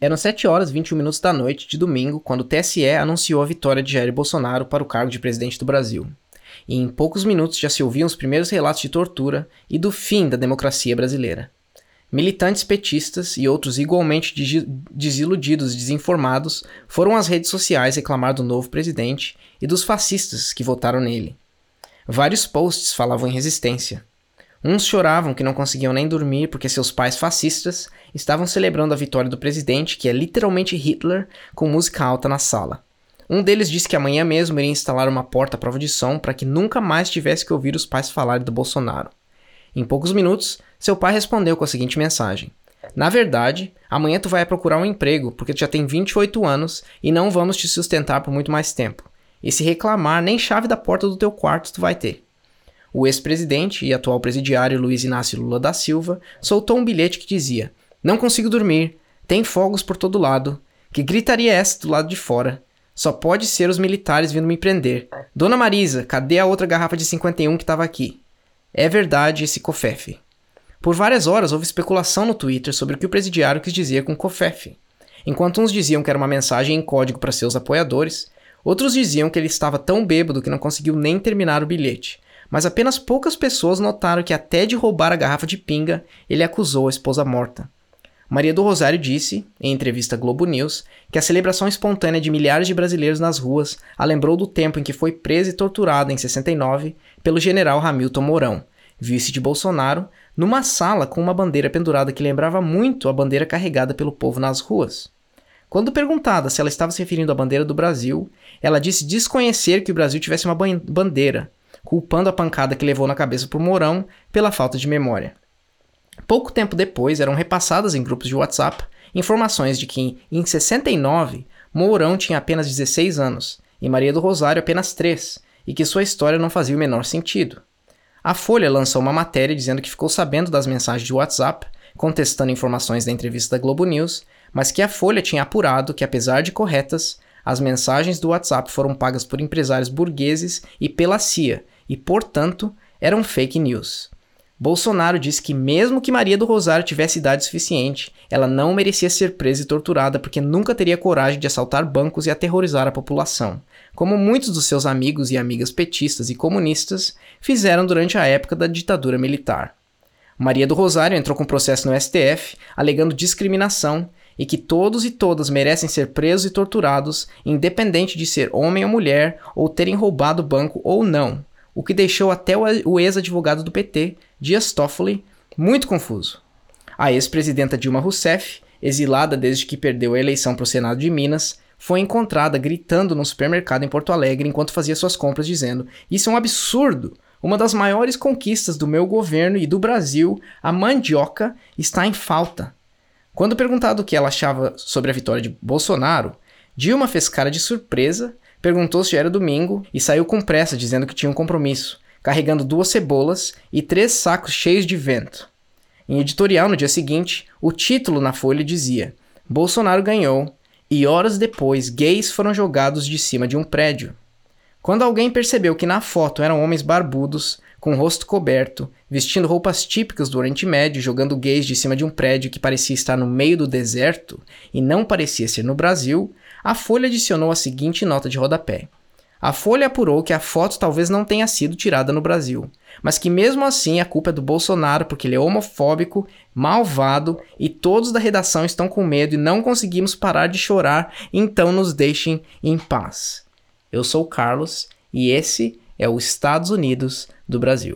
Eram 7 horas e 21 minutos da noite de domingo quando o TSE anunciou a vitória de Jair Bolsonaro para o cargo de presidente do Brasil. E em poucos minutos já se ouviam os primeiros relatos de tortura e do fim da democracia brasileira. Militantes petistas e outros igualmente desiludidos e desinformados foram às redes sociais reclamar do novo presidente e dos fascistas que votaram nele. Vários posts falavam em resistência. Uns choravam que não conseguiam nem dormir porque seus pais fascistas estavam celebrando a vitória do presidente, que é literalmente Hitler, com música alta na sala. Um deles disse que amanhã mesmo iria instalar uma porta à prova de som para que nunca mais tivesse que ouvir os pais falarem do Bolsonaro. Em poucos minutos, seu pai respondeu com a seguinte mensagem: "Na verdade, amanhã tu vai procurar um emprego porque tu já tem 28 anos e não vamos te sustentar por muito mais tempo. E se reclamar, nem chave da porta do teu quarto tu vai ter." O ex-presidente e atual presidiário Luiz Inácio Lula da Silva soltou um bilhete que dizia: "Não consigo dormir, tem fogos por todo lado, que gritaria é essa do lado de fora? Só pode ser os militares vindo me prender. Dona Marisa, cadê a outra garrafa de 51 que estava aqui? É verdade esse cofefe." Por várias horas houve especulação no Twitter sobre o que o presidiário quis dizer com cofefe. Enquanto uns diziam que era uma mensagem em código para seus apoiadores, outros diziam que ele estava tão bêbado que não conseguiu nem terminar o bilhete. Mas apenas poucas pessoas notaram que até de roubar a garrafa de pinga, ele acusou a esposa morta. Maria do Rosário disse, em entrevista à Globo News, que a celebração espontânea de milhares de brasileiros nas ruas a lembrou do tempo em que foi presa e torturada em 69 pelo general Hamilton Mourão, vice de Bolsonaro, numa sala com uma bandeira pendurada que lembrava muito a bandeira carregada pelo povo nas ruas. Quando perguntada se ela estava se referindo à bandeira do Brasil, ela disse desconhecer que o Brasil tivesse uma bandeira, culpando a pancada que levou na cabeça por Mourão pela falta de memória. Pouco tempo depois, eram repassadas em grupos de WhatsApp informações de que, em 69, Mourão tinha apenas 16 anos e Maria do Rosário apenas 3, e que sua história não fazia o menor sentido. A Folha lançou uma matéria dizendo que ficou sabendo das mensagens de WhatsApp, contestando informações da entrevista da Globo News, mas que a Folha tinha apurado que, apesar de corretas, as mensagens do WhatsApp foram pagas por empresários burgueses e pela CIA, e, portanto, eram fake news. Bolsonaro disse que mesmo que Maria do Rosário tivesse idade suficiente, ela não merecia ser presa e torturada porque nunca teria coragem de assaltar bancos e aterrorizar a população, como muitos dos seus amigos e amigas petistas e comunistas fizeram durante a época da ditadura militar. Maria do Rosário entrou com processo no STF, alegando discriminação e que todos e todas merecem ser presos e torturados, independente de ser homem ou mulher, ou terem roubado o banco ou não, o que deixou até o ex-advogado do PT, Dias Toffoli, muito confuso. A ex-presidenta Dilma Rousseff, exilada desde que perdeu a eleição para o Senado de Minas, foi encontrada gritando num supermercado em Porto Alegre enquanto fazia suas compras, dizendo: "Isso é um absurdo! Uma das maiores conquistas do meu governo e do Brasil, a mandioca, está em falta." Quando perguntado o que ela achava sobre a vitória de Bolsonaro, Dilma fez cara de surpresa, perguntou se era domingo e saiu com pressa dizendo que tinha um compromisso, carregando 2 cebolas e 3 sacos cheios de vento. Em editorial no dia seguinte, o título na Folha dizia: "Bolsonaro ganhou e horas depois gays foram jogados de cima de um prédio." Quando alguém percebeu que na foto eram homens barbudos, com o rosto coberto, vestindo roupas típicas do Oriente Médio, jogando gays de cima de um prédio que parecia estar no meio do deserto e não parecia ser no Brasil, a Folha adicionou a seguinte nota de rodapé: "A Folha apurou que a foto talvez não tenha sido tirada no Brasil, mas que mesmo assim a culpa é do Bolsonaro porque ele é homofóbico, malvado e todos da redação estão com medo e não conseguimos parar de chorar, então nos deixem em paz." Eu sou o Carlos e esse é o Estados Unidos do Brasil.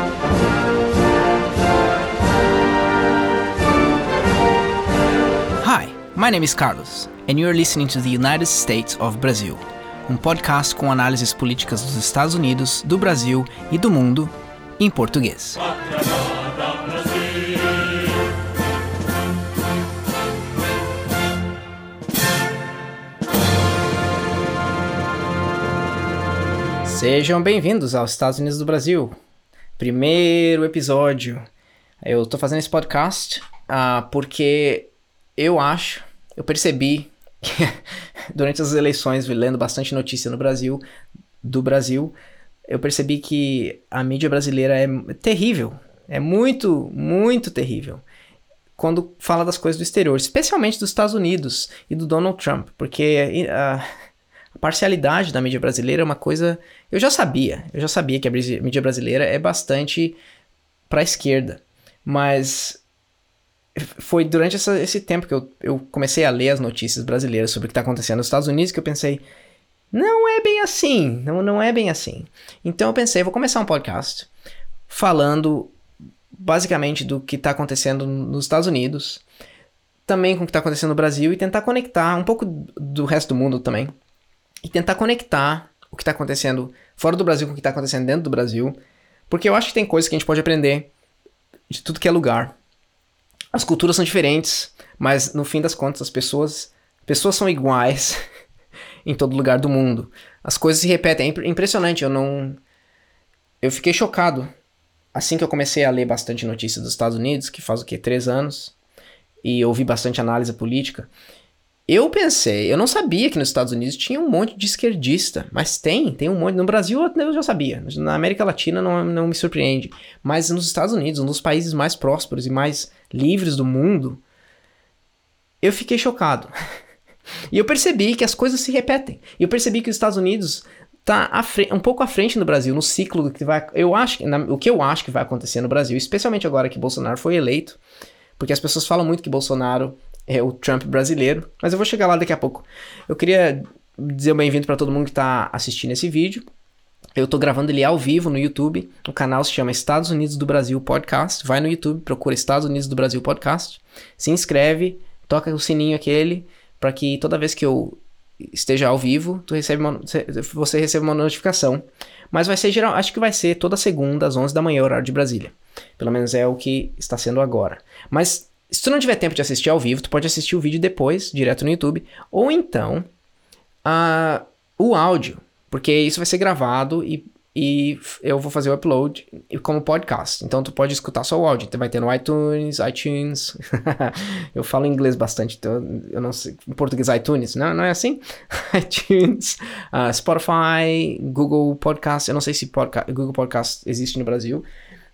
Hi, my name is Carlos, and you are listening to the United States of Brazil, um podcast com análises políticas dos Estados Unidos, do Brasil e do mundo em português. Sejam bem-vindos aos Estados Unidos do Brasil. Primeiro episódio. Eu tô fazendo esse podcast porque eu percebi que durante as eleições, lendo bastante notícia do Brasil, eu percebi que a mídia brasileira é terrível. É muito, muito terrível. quando fala das coisas do exterior, especialmente dos Estados Unidos e do Donald Trump, porque a parcialidade da mídia brasileira é uma coisa... Eu já sabia que a mídia brasileira é bastante para a esquerda, mas foi durante esse tempo que eu comecei a ler as notícias brasileiras sobre o que está acontecendo nos Estados Unidos que eu pensei, não é bem assim, não é bem assim. Então eu pensei, vou começar um podcast falando basicamente do que está acontecendo nos Estados Unidos, também com o que está acontecendo no Brasil e tentar conectar um pouco do resto do mundo também. E tentar conectar o que está acontecendo fora do Brasil com o que está acontecendo dentro do Brasil, porque eu acho que tem coisas que a gente pode aprender de tudo que é lugar. As culturas são diferentes, mas no fim das contas as pessoas são iguais em todo lugar do mundo. As coisas se repetem, é impressionante, eu fiquei chocado assim que eu comecei a ler bastante notícias dos Estados Unidos, que faz 3 anos, e ouvi bastante análise política. Eu pensei, eu não sabia que nos Estados Unidos tinha um monte de esquerdista, mas tem um monte. No Brasil eu já sabia, na América Latina não me surpreende, mas nos Estados Unidos, um dos países mais prósperos e mais livres do mundo, eu fiquei chocado. E eu percebi que as coisas se repetem. E eu percebi que os Estados Unidos tá um pouco à frente do Brasil, no ciclo que vai... o que eu acho que vai acontecer no Brasil, especialmente agora que Bolsonaro foi eleito, porque as pessoas falam muito que Bolsonaro é o Trump brasileiro, mas eu vou chegar lá daqui a pouco. Eu queria dizer um bem-vindo para todo mundo que está assistindo esse vídeo. Eu tô gravando ele ao vivo no YouTube. O canal se chama Estados Unidos do Brasil Podcast. Vai no YouTube, procura Estados Unidos do Brasil Podcast. Se inscreve, toca o sininho aquele, para que toda vez que eu esteja ao vivo, você receba uma notificação. Mas vai ser acho que vai ser toda segunda às 11 da manhã, horário de Brasília. Pelo menos é o que está sendo agora. Mas se tu não tiver tempo de assistir ao vivo, tu pode assistir o vídeo depois, direto no YouTube, ou então o áudio, porque isso vai ser gravado e eu vou fazer o upload como podcast. Então tu pode escutar só o áudio. Vai ter no iTunes. Eu falo inglês bastante, então eu não sei. Em português, iTunes, não é assim? iTunes, Spotify, Google Podcast. Eu não sei se Google Podcast existe no Brasil.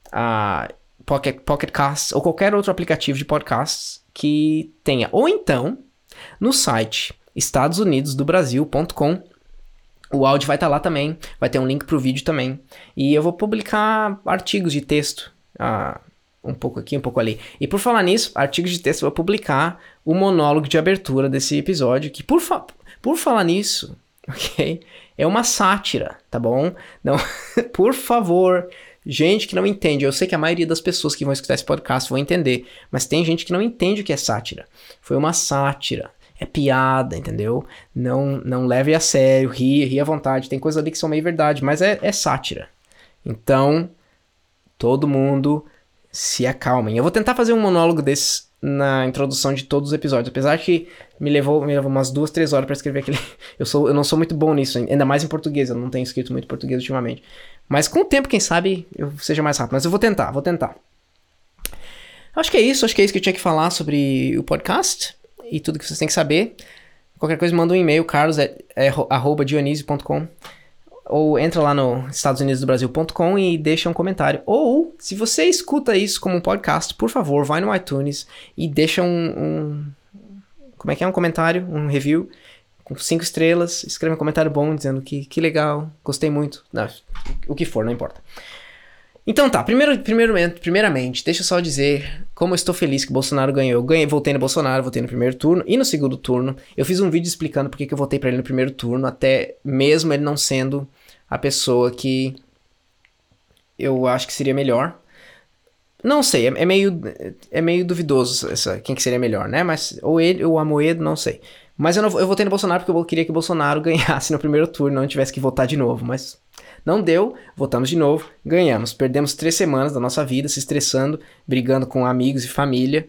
Pocket Casts ou qualquer outro aplicativo de podcasts que tenha. Ou então, no site estadosunidosdobrasil.com, o áudio vai estar lá também, vai ter um link pro vídeo também. E eu vou publicar artigos de texto, um pouco aqui, um pouco ali. E por falar nisso, artigos de texto, eu vou publicar o monólogo de abertura desse episódio, que por falar nisso, ok? É uma sátira, tá bom? Não, por favor... Gente que não entende, eu sei que a maioria das pessoas que vão escutar esse podcast vão entender, mas tem gente que não entende o que é sátira. Foi uma sátira, é piada, entendeu? Não leve a sério, ri à vontade, tem coisas ali que são meio verdade, mas é sátira. Então, todo mundo se acalmem. Eu vou tentar fazer um monólogo desse na introdução de todos os episódios, apesar que me levou umas 2-3 horas para escrever aquele... Eu não sou muito bom nisso, ainda mais em português, eu não tenho escrito muito português ultimamente. Mas com o tempo, quem sabe, eu seja mais rápido. Mas eu vou tentar. Acho que é isso que eu tinha que falar sobre o podcast e tudo que vocês têm que saber. Qualquer coisa, manda um e-mail, carlos@dionisio.com, ou entra lá no estadosunidosdobrasil.com e deixa um comentário. Ou, se você escuta isso como um podcast, por favor, vai no iTunes e deixa como é que é? Um comentário, um review com 5 estrelas, escreve um comentário bom dizendo que legal, gostei muito. Não, o que for, não importa. Então tá, primeiramente, deixa eu só dizer como eu estou feliz que Bolsonaro ganhou. Voltei no Bolsonaro, votei no primeiro turno e no segundo turno. Eu fiz um vídeo explicando porque que eu votei pra ele no primeiro turno, até mesmo ele não sendo a pessoa que eu acho que seria melhor. Não sei, é meio duvidoso quem que seria melhor, né? Mas ou ele ou o Amoedo, não sei. Mas eu votei no Bolsonaro porque eu queria que o Bolsonaro ganhasse no primeiro turno, não tivesse que votar de novo. Mas não deu, votamos de novo, ganhamos. Perdemos 3 semanas da nossa vida se estressando, brigando com amigos e família.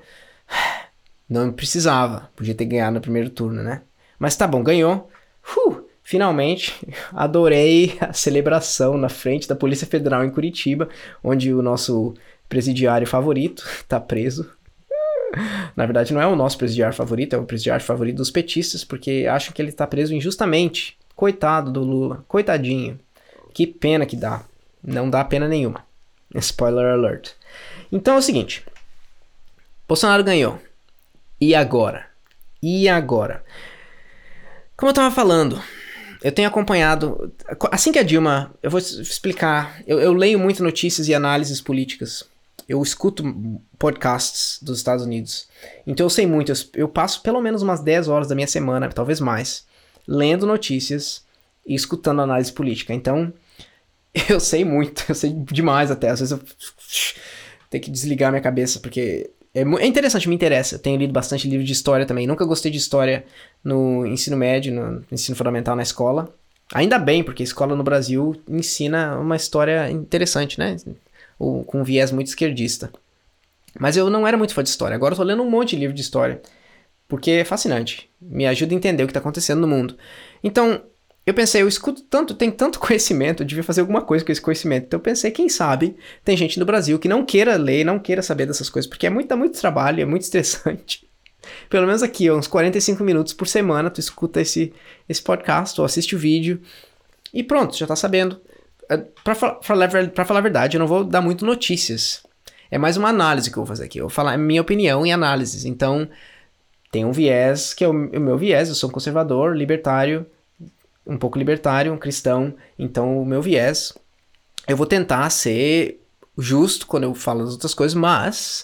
Não precisava, podia ter ganhado no primeiro turno, né? Mas tá bom, ganhou. Finalmente, adorei a celebração na frente da Polícia Federal em Curitiba, onde o nosso presidiário favorito tá preso. Na verdade, não é o nosso presidiário favorito, é o presidiário favorito dos petistas, porque acham que ele tá preso injustamente. Coitado do Lula, coitadinho. Que pena que dá. Não dá pena nenhuma. Spoiler alert. Então é o seguinte. Bolsonaro ganhou. E agora? E agora? Como eu tava falando, eu tenho acompanhado... Assim que a Dilma... Eu vou explicar. Eu leio muito notícias e análises políticas. Eu escuto podcasts dos Estados Unidos. Então eu sei muito. Eu passo pelo menos umas 10 horas da minha semana, talvez mais, lendo notícias e escutando análise política. Então, eu sei muito. Eu sei demais até. Às vezes eu tenho que desligar minha cabeça, porque... É interessante, me interessa. Eu tenho lido bastante livro de história também. Nunca gostei de história no ensino médio, no ensino fundamental na escola. Ainda bem, porque a escola no Brasil ensina uma história interessante, né? Com um viés muito esquerdista. Mas eu não era muito fã de história. Agora eu tô lendo um monte de livro de história. Porque é fascinante. Me ajuda a entender o que tá acontecendo no mundo. Então, eu pensei, eu escuto tanto, tenho tanto conhecimento, eu devia fazer alguma coisa com esse conhecimento. Então eu pensei, quem sabe, tem gente no Brasil que não queira ler, não queira saber dessas coisas, porque dá muito trabalho, é muito estressante. Pelo menos aqui, uns 45 minutos por semana, tu escuta esse podcast, ou assiste o vídeo, e pronto, já tá sabendo. Pra falar a verdade, eu não vou dar muito notícias. É mais uma análise que eu vou fazer aqui. Eu vou falar a minha opinião em análises. Então, tem um viés, que é o meu viés, eu sou um conservador, libertário, um pouco libertário, um cristão, então o meu viés, eu vou tentar ser justo quando eu falo das outras coisas, mas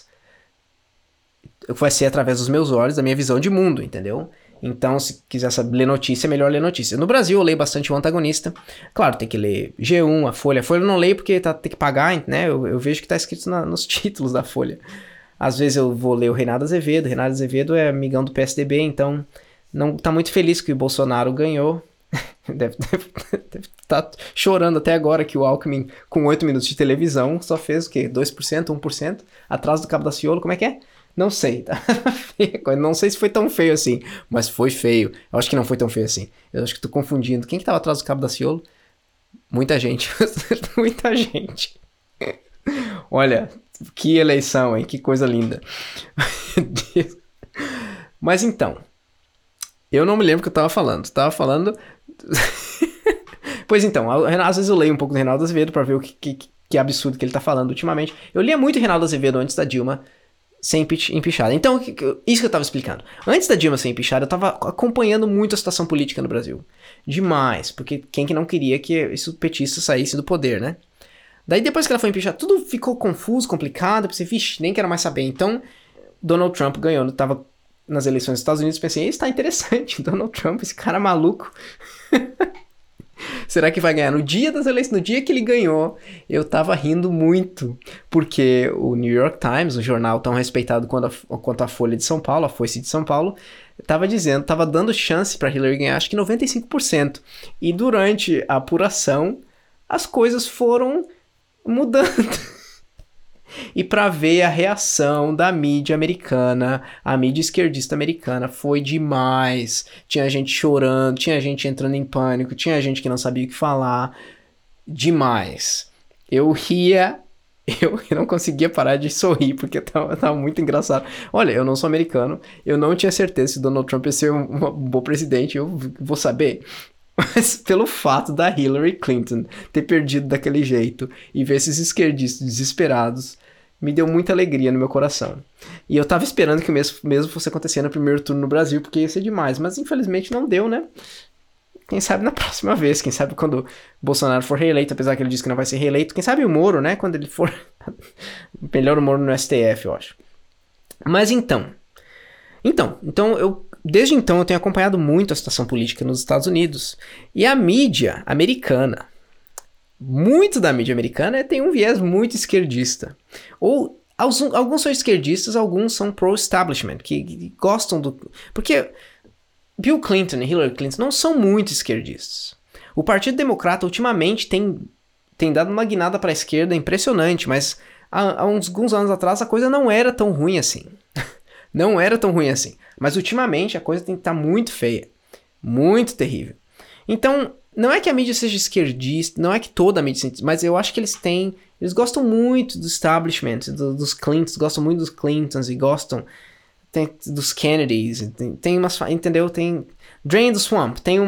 vai ser através dos meus olhos, da minha visão de mundo, entendeu? Então, se quiser saber, ler notícia, é melhor ler notícia. No Brasil, eu leio bastante o Antagonista. Claro, tem que ler G1, a Folha. A Folha eu não leio porque tem que pagar, né? Eu vejo que tá escrito nos títulos da Folha. Às vezes eu vou ler o Reinaldo Azevedo. O Reinaldo Azevedo é amigão do PSDB, então não tá muito feliz que o Bolsonaro ganhou. Deve tá chorando até agora que o Alckmin, com 8 minutos de televisão, só fez o quê? 2%, 1%? Atrás do Cabo da Ciolo, como é que é? Não sei, tá? Não sei se foi tão feio assim, mas foi feio. Eu acho que não foi tão feio assim. Eu acho que tô confundindo. Quem que tava atrás do Cabo da Ciolo? Muita gente. Muita gente. Olha, que eleição, hein? Que coisa linda. Mas então, eu não me lembro o que eu tava falando. Tava falando... Pois então, às vezes eu leio um pouco do Reinaldo Azevedo pra ver o que absurdo que ele tá falando ultimamente. Eu lia muito Reinaldo Azevedo antes da Dilma ser empichada. Então, isso que eu tava explicando. Antes da Dilma ser empichada, eu tava acompanhando muito a situação política no Brasil. Demais, porque quem que não queria que esse petista saísse do poder, né? Daí depois que ela foi empichada, tudo ficou confuso, complicado. Eu pensei, vixe, nem quero mais saber. Então, Donald Trump ganhou. Tava nas eleições dos Estados Unidos, pensei, isso tá interessante, Donald Trump, esse cara maluco. Será que vai ganhar? No dia das eleições, no dia que ele ganhou, eu tava rindo muito, porque o New York Times, um jornal tão respeitado quanto a Folha de São Paulo, a Foice de São Paulo, tava dando chance pra Hillary ganhar, acho que 95%. E durante a apuração, as coisas foram mudando. E pra ver a reação da mídia americana, a mídia esquerdista americana, foi demais. Tinha gente chorando, tinha gente entrando em pânico, tinha gente que não sabia o que falar. Demais. Eu ria, eu não conseguia parar de sorrir, porque tava muito engraçado. Olha, eu não sou americano, eu não tinha certeza se Donald Trump ia ser um bom presidente, eu vou saber. Mas pelo fato da Hillary Clinton ter perdido daquele jeito e ver esses esquerdistas desesperados, me deu muita alegria no meu coração. E eu tava esperando que o mesmo fosse acontecer no primeiro turno no Brasil, porque ia ser demais. Mas infelizmente não deu, né? Quem sabe na próxima vez, quem sabe quando Bolsonaro for reeleito, apesar que ele disse que não vai ser reeleito. Quem sabe o Moro, né? Quando ele for... Melhor o Moro no STF, eu acho. Mas então desde então eu tenho acompanhado muito a situação política nos Estados Unidos. E a mídia americana, muito da mídia americana tem um viés muito esquerdista. Ou alguns são esquerdistas, alguns são pro-establishment, que gostam do... Porque Bill Clinton e Hillary Clinton não são muito esquerdistas. O Partido Democrata ultimamente tem dado uma guinada para a esquerda impressionante, mas há alguns anos atrás a coisa não era tão ruim assim. Não era tão ruim assim. Mas ultimamente a coisa tem que estar muito feia. Muito terrível. Então, não é que a mídia seja esquerdista, não é que toda a mídia seja, mas eu acho que eles gostam muito do establishment, dos Clintons, gostam muito dos Clintons e gostam dos Kennedys, tem umas, entendeu? Tem Drain the Swamp, tem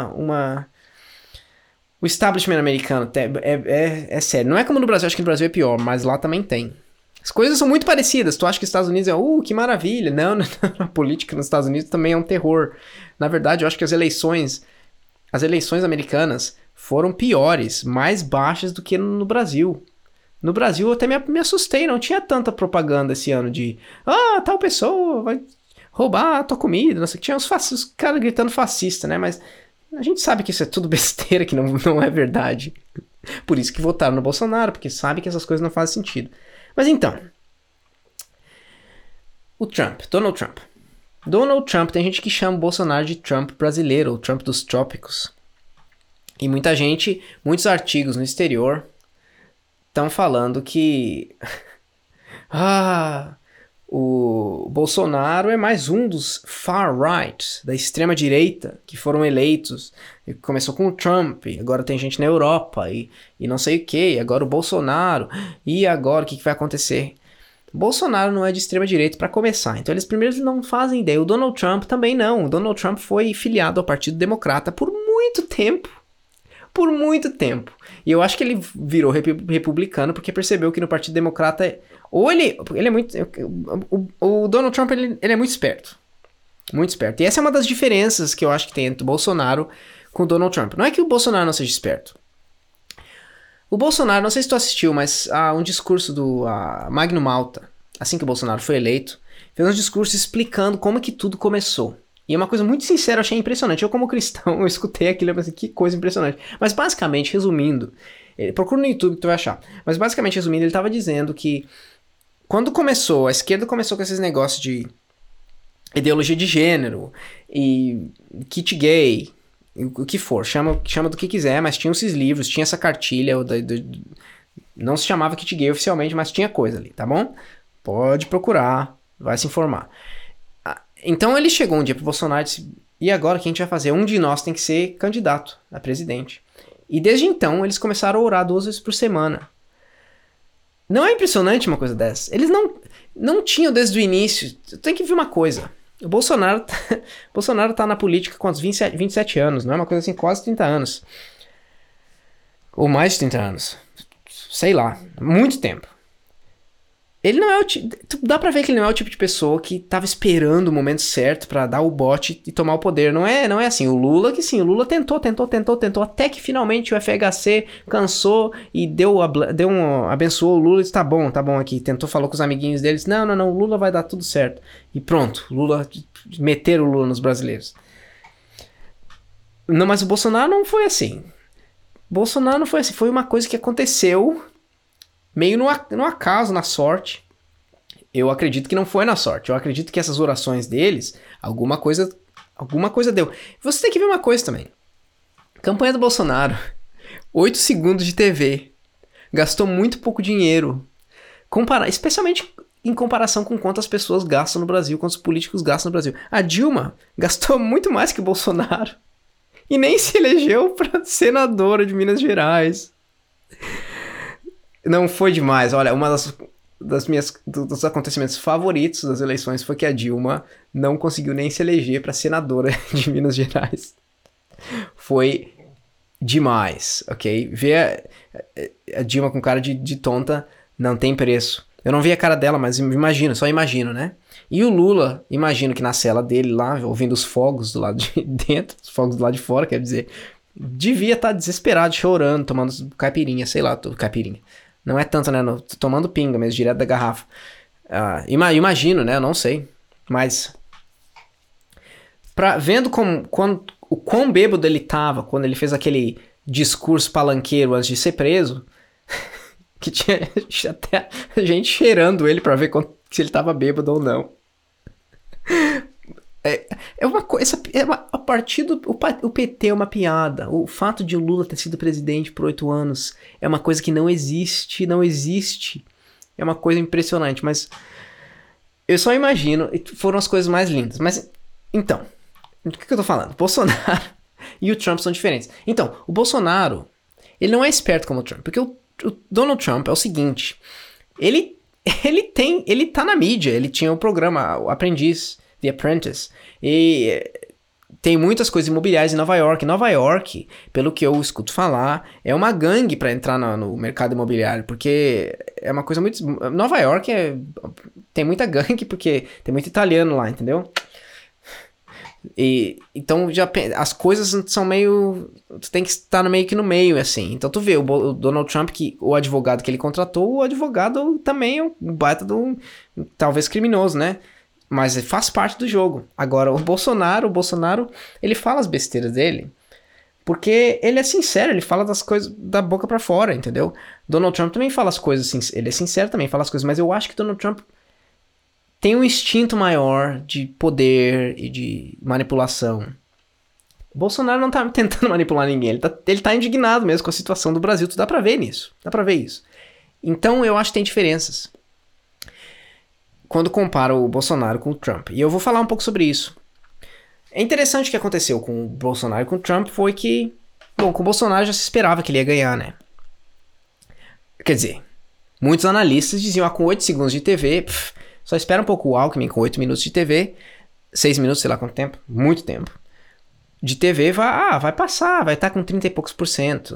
o establishment americano é sério. Não é como no Brasil, acho que no Brasil é pior, mas lá também tem. As coisas são muito parecidas. Tu acha que os Estados Unidos que maravilha. Não, a política nos Estados Unidos também é um terror. Na verdade, eu acho que as eleições americanas foram piores, mais baixas do que no Brasil. No Brasil eu até me assustei, não tinha tanta propaganda esse ano de tal pessoa vai roubar a tua comida, não sei o que. Tinha os caras gritando fascista, né? Mas a gente sabe que isso é tudo besteira, que não é verdade. Por isso que votaram no Bolsonaro, porque sabe que essas coisas não fazem sentido. Mas então, Donald Trump. Donald Trump, tem gente que chama o Bolsonaro de Trump brasileiro, ou Trump dos trópicos. E muitos artigos no exterior estão falando que o Bolsonaro é mais um dos far-right, da extrema-direita, que foram eleitos. Começou com o Trump, agora tem gente na Europa, e não sei o que, agora o Bolsonaro, e agora o que vai acontecer? Bolsonaro não é de extrema-direita para começar, então eles primeiro não fazem ideia. O Donald Trump também não. O Donald Trump foi filiado ao Partido Democrata por muito tempo. Por muito tempo. E eu acho que ele virou republicano porque percebeu que no Partido Democrata... Ou ele é muito... O Donald Trump, ele é muito esperto. Muito esperto. E essa é uma das diferenças que eu acho que tem entre o Bolsonaro com o Donald Trump. Não é que o Bolsonaro não seja esperto. O Bolsonaro, não sei se tu assistiu, mas um discurso do Magno Malta, assim que o Bolsonaro foi eleito, fez um discurso explicando como que tudo começou. E é uma coisa muito sincera, eu achei impressionante. Eu, como cristão, eu escutei aquilo e pensei, que coisa impressionante. Mas basicamente, resumindo, procura no YouTube que tu vai achar. Mas basicamente, resumindo, ele estava dizendo que quando a esquerda começou com esses negócios de ideologia de gênero e kit gay, o que for, chama do que quiser, mas tinha esses livros, tinha essa cartilha, não se chamava kit gay oficialmente, mas tinha coisa ali, tá bom? Pode procurar, vai se informar. Então ele chegou um dia pro Bolsonaro e disse, e agora o que a gente vai fazer? Um de nós tem que ser candidato a presidente. E desde então eles começaram a orar 2 vezes por semana. Não é impressionante uma coisa dessa? Eles não tinham desde o início. Tem que ver uma coisa. O Bolsonaro tá na política com uns 27 anos, não é uma coisa assim, quase 30 anos. Ou mais de 30 anos. Sei lá, muito tempo. Ele não é o tipo... Dá pra ver que ele não é o tipo de pessoa que tava esperando o momento certo pra dar o bote e tomar o poder. Não é assim. O Lula tentou, até que finalmente o FHC cansou e abençoou o Lula e disse, tá bom aqui. Falou com os amiguinhos deles, não, o Lula vai dar tudo certo. E pronto, meteram o Lula nos brasileiros. Não, mas o Bolsonaro não foi assim. Foi uma coisa que aconteceu... meio no acaso, na sorte. Eu acredito que não foi na sorte. Eu acredito que essas orações deles, alguma coisa deu. Você tem que ver uma coisa também. Campanha do Bolsonaro. 8 segundos de TV. Gastou muito pouco dinheiro. Especialmente em comparação com quantas pessoas gastam no Brasil, quantos políticos gastam no Brasil. A Dilma gastou muito mais que o Bolsonaro. E nem se elegeu para senadora de Minas Gerais. Não foi demais. Olha, uma dos acontecimentos favoritos das eleições foi que a Dilma não conseguiu nem se eleger para senadora de Minas Gerais. Foi demais, ok? Ver a Dilma com cara de tonta não tem preço. Eu não vi a cara dela, mas só imagino, né? E o Lula, imagino que na cela dele lá, ouvindo os fogos do lado de dentro, os fogos do lado de fora, quer dizer, devia estar desesperado, chorando, tomando caipirinha, sei lá, caipirinha. Não é tanto, né? Tomando pinga, mas direto da garrafa. Imagino, né? Eu não sei. Mas... vendo o quão bêbado ele tava quando ele fez aquele discurso palanqueiro antes de ser preso, que tinha até gente cheirando ele pra ver se ele tava bêbado ou não. É uma coisa... O PT é uma piada. O fato de o Lula ter sido presidente por 8 anos é uma coisa que não existe. É uma coisa impressionante, mas... Eu só imagino... Foram as coisas mais lindas. Mas, então... O que eu tô falando? Bolsonaro e o Trump são diferentes. Então, o Bolsonaro... Ele não é esperto como o Trump. Porque o Donald Trump é o seguinte... Ele tá na mídia. Ele tinha o programa O Aprendiz... The Apprentice. E tem muitas coisas imobiliárias em Nova York. Nova York, pelo que eu escuto falar, é uma gangue para entrar no mercado imobiliário, porque é uma coisa muito... Nova York tem muita gangue porque tem muito italiano lá, entendeu? E então as coisas são meio... Tu tem que estar meio que no meio, assim. Então tu vê o Donald Trump, que o advogado que ele contratou, o advogado também é um baita de um... talvez criminoso, né? Mas faz parte do jogo. Agora, o Bolsonaro, ele fala as besteiras dele, porque ele é sincero, ele fala das coisas da boca pra fora, entendeu? Donald Trump também fala as coisas, ele é sincero também, fala as coisas, mas eu acho que Donald Trump tem um instinto maior de poder e de manipulação. O Bolsonaro não tá tentando manipular ninguém, ele tá indignado mesmo com a situação do Brasil, tu dá pra ver nisso, dá pra ver isso. Então, eu acho que tem diferenças quando compara o Bolsonaro com o Trump. E eu vou falar um pouco sobre isso. É interessante o que aconteceu com o Bolsonaro e com o Trump foi que... Bom, com o Bolsonaro já se esperava que ele ia ganhar, né? Quer dizer, muitos analistas diziam, com 8 segundos de TV, só espera um pouco o Alckmin com 8 minutos de TV, 6 minutos, sei lá quanto tempo, muito tempo, de TV, vai passar, vai estar com 30 e poucos %.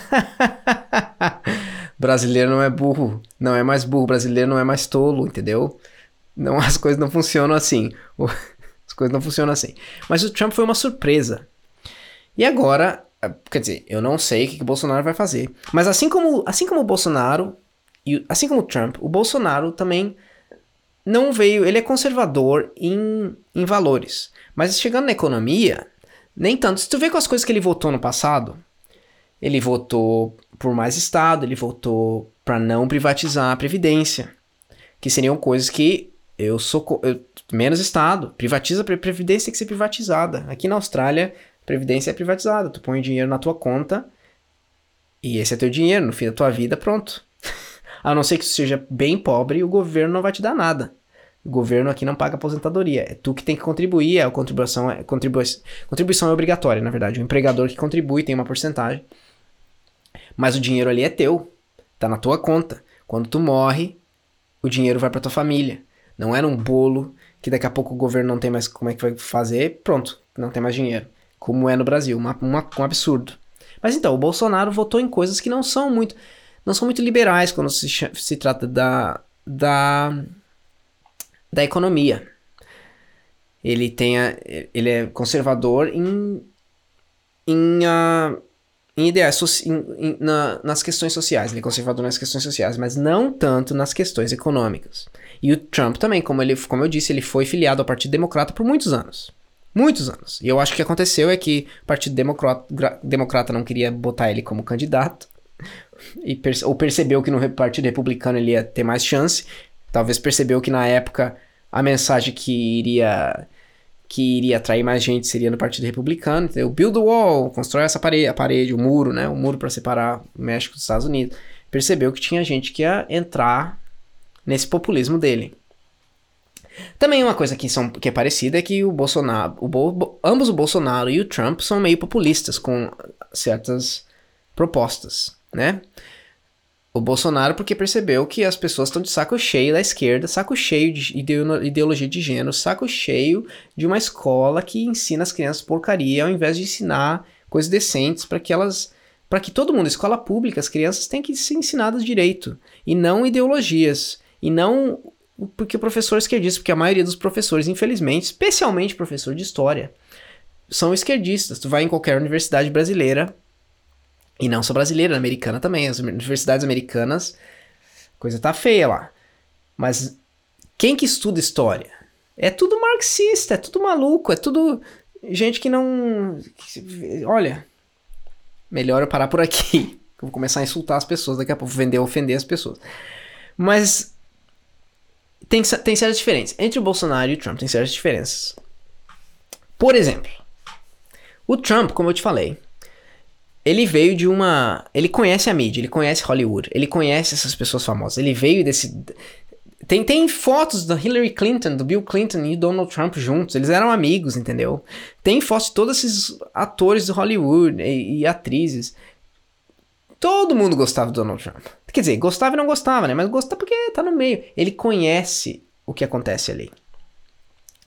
Brasileiro não é burro, não é mais burro, brasileiro não é mais tolo, entendeu? Não, as coisas não funcionam assim. As coisas não funcionam assim. Mas o Trump foi uma surpresa. E agora, quer dizer, eu não sei o que o Bolsonaro vai fazer. Mas assim como o Bolsonaro, e assim como o Trump, o Bolsonaro também não veio... Ele é conservador em valores. Mas chegando na economia, nem tanto. Se tu vê com as coisas que ele votou no passado, ele votou por mais Estado, ele votou para não privatizar a Previdência. Que seriam coisas que... menos Estado, privatiza, a Previdência tem que ser privatizada. Aqui na Austrália, a Previdência é privatizada. Tu põe o dinheiro na tua conta e esse é teu dinheiro, no fim da tua vida, pronto. A não ser que tu seja bem pobre, o governo não vai te dar nada. O governo aqui não paga aposentadoria. É tu que tem que contribuir, contribuição é obrigatória, na verdade. O empregador que contribui tem uma porcentagem. Mas o dinheiro ali é teu, tá na tua conta. Quando tu morre, o dinheiro vai pra tua família. Não era um bolo que daqui a pouco o governo não tem mais como é que vai fazer, pronto, não tem mais dinheiro. Como é no Brasil, um absurdo. Mas então, o Bolsonaro votou em coisas que não são muito liberais quando se trata da economia. Ele é conservador em ideais, nas questões sociais. Ele é conservador nas questões sociais, mas não tanto nas questões econômicas. E o Trump também, como eu disse, ele foi filiado ao Partido Democrata por muitos anos. Muitos anos. E eu acho que o que aconteceu é que o Partido Democrata não queria botar ele como candidato, ou percebeu que no Partido Republicano ele ia ter mais chance. Talvez percebeu que na época a mensagem que iria atrair mais gente seria no Partido Republicano. Então, build the wall, constrói essa parede, o muro, né? O muro para separar o México dos Estados Unidos. Percebeu que tinha gente que ia entrar nesse populismo dele. Também uma coisa que é parecida é que o Bolsonaro, ambos o Bolsonaro e o Trump são meio populistas com certas propostas, né? O Bolsonaro porque percebeu que as pessoas estão de saco cheio da esquerda, saco cheio de ideologia de gênero, saco cheio de uma escola que ensina as crianças porcaria ao invés de ensinar coisas decentes para que todo mundo, escola pública, as crianças têm que ser ensinadas direito e não ideologias, e não porque o professor é esquerdista, porque a maioria dos professores, infelizmente, especialmente professor de história, são esquerdistas. Tu vai em qualquer universidade brasileira, e não só brasileira, americana também, as universidades americanas, coisa tá feia lá. Mas quem que estuda história? É tudo marxista, é tudo maluco, é tudo gente que não... Olha, melhor eu parar por aqui. Eu vou começar a insultar as pessoas daqui a pouco, ofender as pessoas. Mas tem certas diferenças. Entre o Bolsonaro e o Trump tem certas diferenças. Por exemplo, o Trump, como eu te falei, ele veio de ele conhece a mídia, ele conhece Hollywood, ele conhece essas pessoas famosas, ele veio desse... Tem fotos da Hillary Clinton, do Bill Clinton e do Donald Trump juntos, eles eram amigos, entendeu? Tem fotos de todos esses atores de Hollywood e atrizes. Todo mundo gostava do Donald Trump. Quer dizer, gostava e não gostava, né? Mas gostava porque tá no meio. Ele conhece o que acontece ali.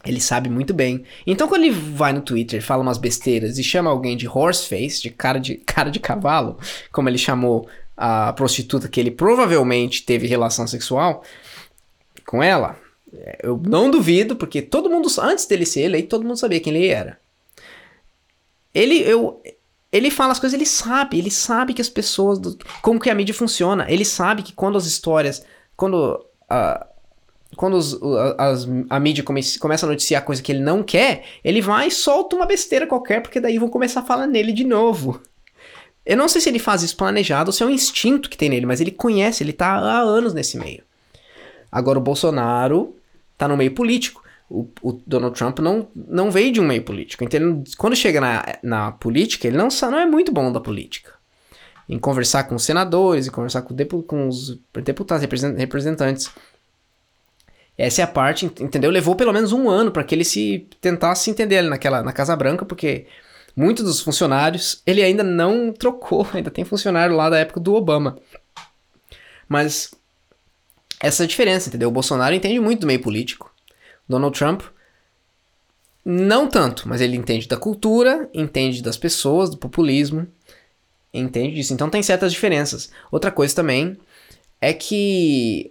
Ele sabe muito bem. Então quando ele vai no Twitter, fala umas besteiras e chama alguém de horseface, de cara de cavalo, como ele chamou a prostituta que ele provavelmente teve relação sexual com ela, eu não duvido, porque todo mundo, antes dele ser eleito, todo mundo sabia quem ele era. Ele fala as coisas, ele sabe que as pessoas, como que a mídia funciona, ele sabe que quando as histórias, quando a mídia começa a noticiar coisa que ele não quer, ele vai e solta uma besteira qualquer, porque daí vão começar a falar nele de novo. Eu não sei se ele faz isso planejado ou se é um instinto que tem nele, mas ele conhece, ele tá há anos nesse meio. Agora o Bolsonaro tá no meio político. O Donald Trump não veio de um meio político. Então, quando chega na política, ele não é muito bom da política. Em conversar com os senadores, em conversar com os deputados, representantes. Essa é a parte, entendeu? Levou pelo menos um ano para que ele tentasse se entender ali na Casa Branca, porque muitos dos funcionários ele ainda não trocou, ainda tem funcionário lá da época do Obama. Mas essa é a diferença, entendeu? O Bolsonaro entende muito do meio político. Donald Trump não tanto, mas ele entende da cultura, entende das pessoas, do populismo, entende disso. Então tem certas diferenças. Outra coisa também é que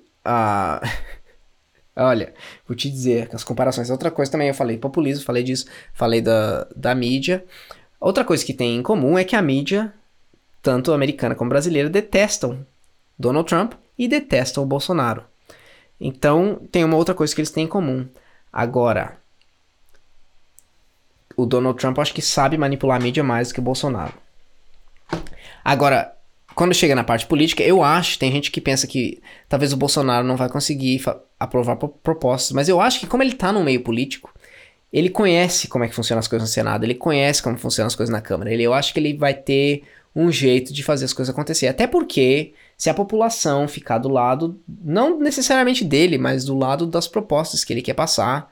olha, vou te dizer, as comparações. Outra coisa também, eu falei populismo, falei disso, falei da mídia. Outra coisa que tem em comum é que a mídia, tanto americana como brasileira, detestam Donald Trump e detestam o Bolsonaro. Então, tem uma outra coisa que eles têm em comum. Agora, o Donald Trump acho que sabe manipular a mídia mais do que o Bolsonaro. Agora, quando chega na parte política, eu acho, tem gente que pensa que talvez o Bolsonaro não vai conseguir aprovar propostas, mas eu acho que como ele tá no meio político, ele conhece como é que funcionam as coisas no Senado, ele conhece como funcionam as coisas na Câmara, eu acho que ele vai ter um jeito de fazer as coisas acontecer, até porque se a população ficar do lado, não necessariamente dele, mas do lado das propostas que ele quer passar,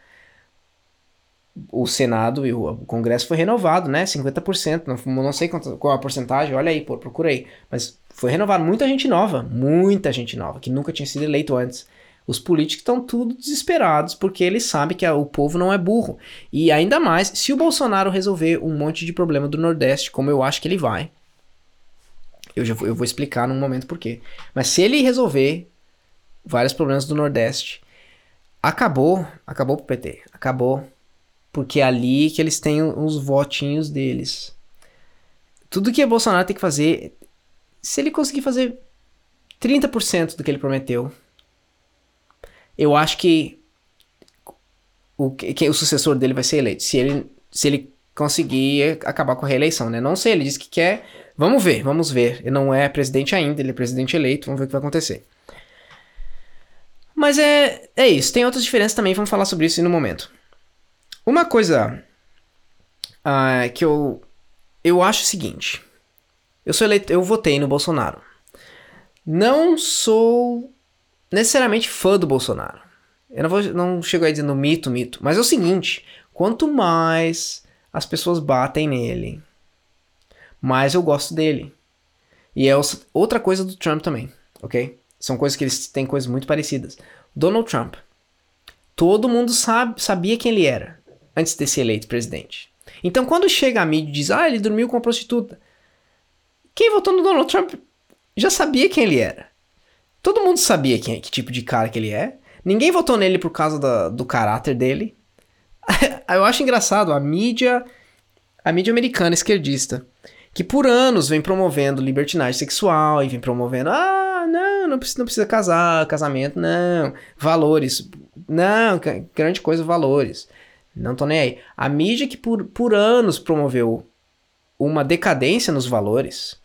o Senado e o Congresso foi renovado, né? 50%, não sei qual a porcentagem, olha aí, procura aí. Mas foi renovado, muita gente nova, que nunca tinha sido eleito antes. Os políticos estão tudo desesperados, porque eles sabem que o povo não é burro. E ainda mais, se o Bolsonaro resolver um monte de problema do Nordeste, como eu acho que ele vai, eu vou explicar num momento por quê. Mas se ele resolver vários problemas do Nordeste, acabou pro PT, acabou. Porque é ali que eles têm os votinhos deles. Tudo que o Bolsonaro tem que fazer, se ele conseguir fazer 30% do que ele prometeu, eu acho que o sucessor dele vai ser eleito. Se ele conseguir acabar com a reeleição, né? Não sei, ele disse que quer. Vamos ver. Ele não é presidente ainda, ele é presidente eleito, vamos ver o que vai acontecer. Mas é isso. Tem outras diferenças também, vamos falar sobre isso no momento. Uma coisa que eu acho o seguinte. Eu sou eleito, eu votei no Bolsonaro. Não sou necessariamente fã do Bolsonaro. Eu não chego aí dizendo mito, mas é o seguinte, quanto mais as pessoas batem nele, mais eu gosto dele. E é outra coisa do Trump também, ok? São coisas que eles têm coisas muito parecidas. Donald Trump. Todo mundo sabia quem ele era antes de ser eleito presidente. Então quando chega a mídia e diz, ele dormiu com uma prostituta. Quem votou no Donald Trump já sabia quem ele era. Todo mundo sabia que tipo de cara que ele é. Ninguém votou nele por causa do caráter dele. Eu acho engraçado a mídia americana esquerdista, que por anos vem promovendo libertinagem sexual e vem promovendo, não precisa casar, casamento, não, valores, não, grande coisa, valores. Não tô nem aí. A mídia que por anos promoveu uma decadência nos valores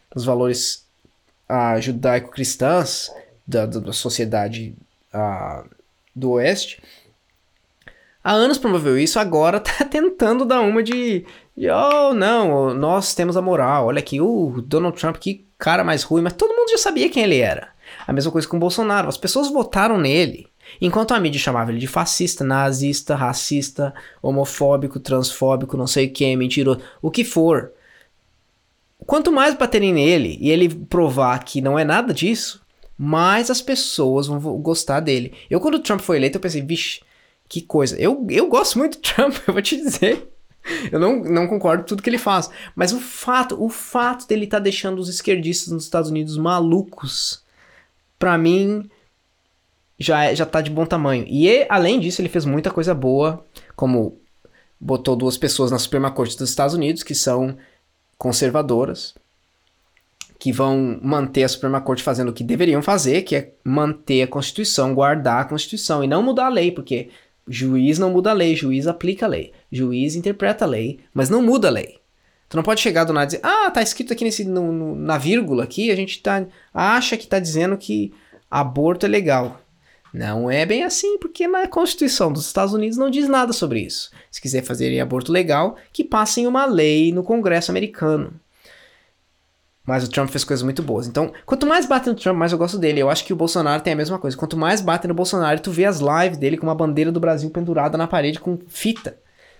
judaico-cristãs da sociedade do Oeste, há anos promoveu isso, agora tá tentando dar uma de não, nós temos a moral, olha aqui, o Donald Trump, que cara mais ruim, mas todo mundo já sabia quem ele era. A mesma coisa com o Bolsonaro, as pessoas votaram nele. Enquanto a mídia chamava ele de fascista, nazista, racista, homofóbico, transfóbico, não sei o que, mentiroso, o que for. Quanto mais baterem nele e ele provar que não é nada disso, mais as pessoas vão gostar dele. Quando o Trump foi eleito, eu pensei, vixe, Que coisa. Eu gosto muito do Trump, eu vou te dizer. Eu não concordo com tudo que ele faz. Mas o fato dele estar deixando os esquerdistas nos Estados Unidos malucos, pra mim, já tá de bom tamanho. E além disso, ele fez muita coisa boa, como botou 2 pessoas na Suprema Corte dos Estados Unidos, que são conservadoras, que vão manter a Suprema Corte fazendo o que deveriam fazer, que é manter a Constituição, guardar a Constituição e não mudar a lei, porque juiz não muda a lei, juiz aplica a lei. Juiz interpreta a lei, mas não muda a lei. Tu não pode chegar do nada e dizer, tá escrito aqui na vírgula aqui, a gente acha que tá dizendo que aborto é legal. Não é bem assim, porque na Constituição dos Estados Unidos não diz nada sobre isso. Se quiser fazer aborto legal, que passem uma lei no Congresso americano. Mas o Trump fez coisas muito boas. Então, quanto mais batem no Trump, mais eu gosto dele. Eu acho que o Bolsonaro tem a mesma coisa. Quanto mais batem no Bolsonaro, tu vê as lives dele com uma bandeira do Brasil pendurada na parede com fita.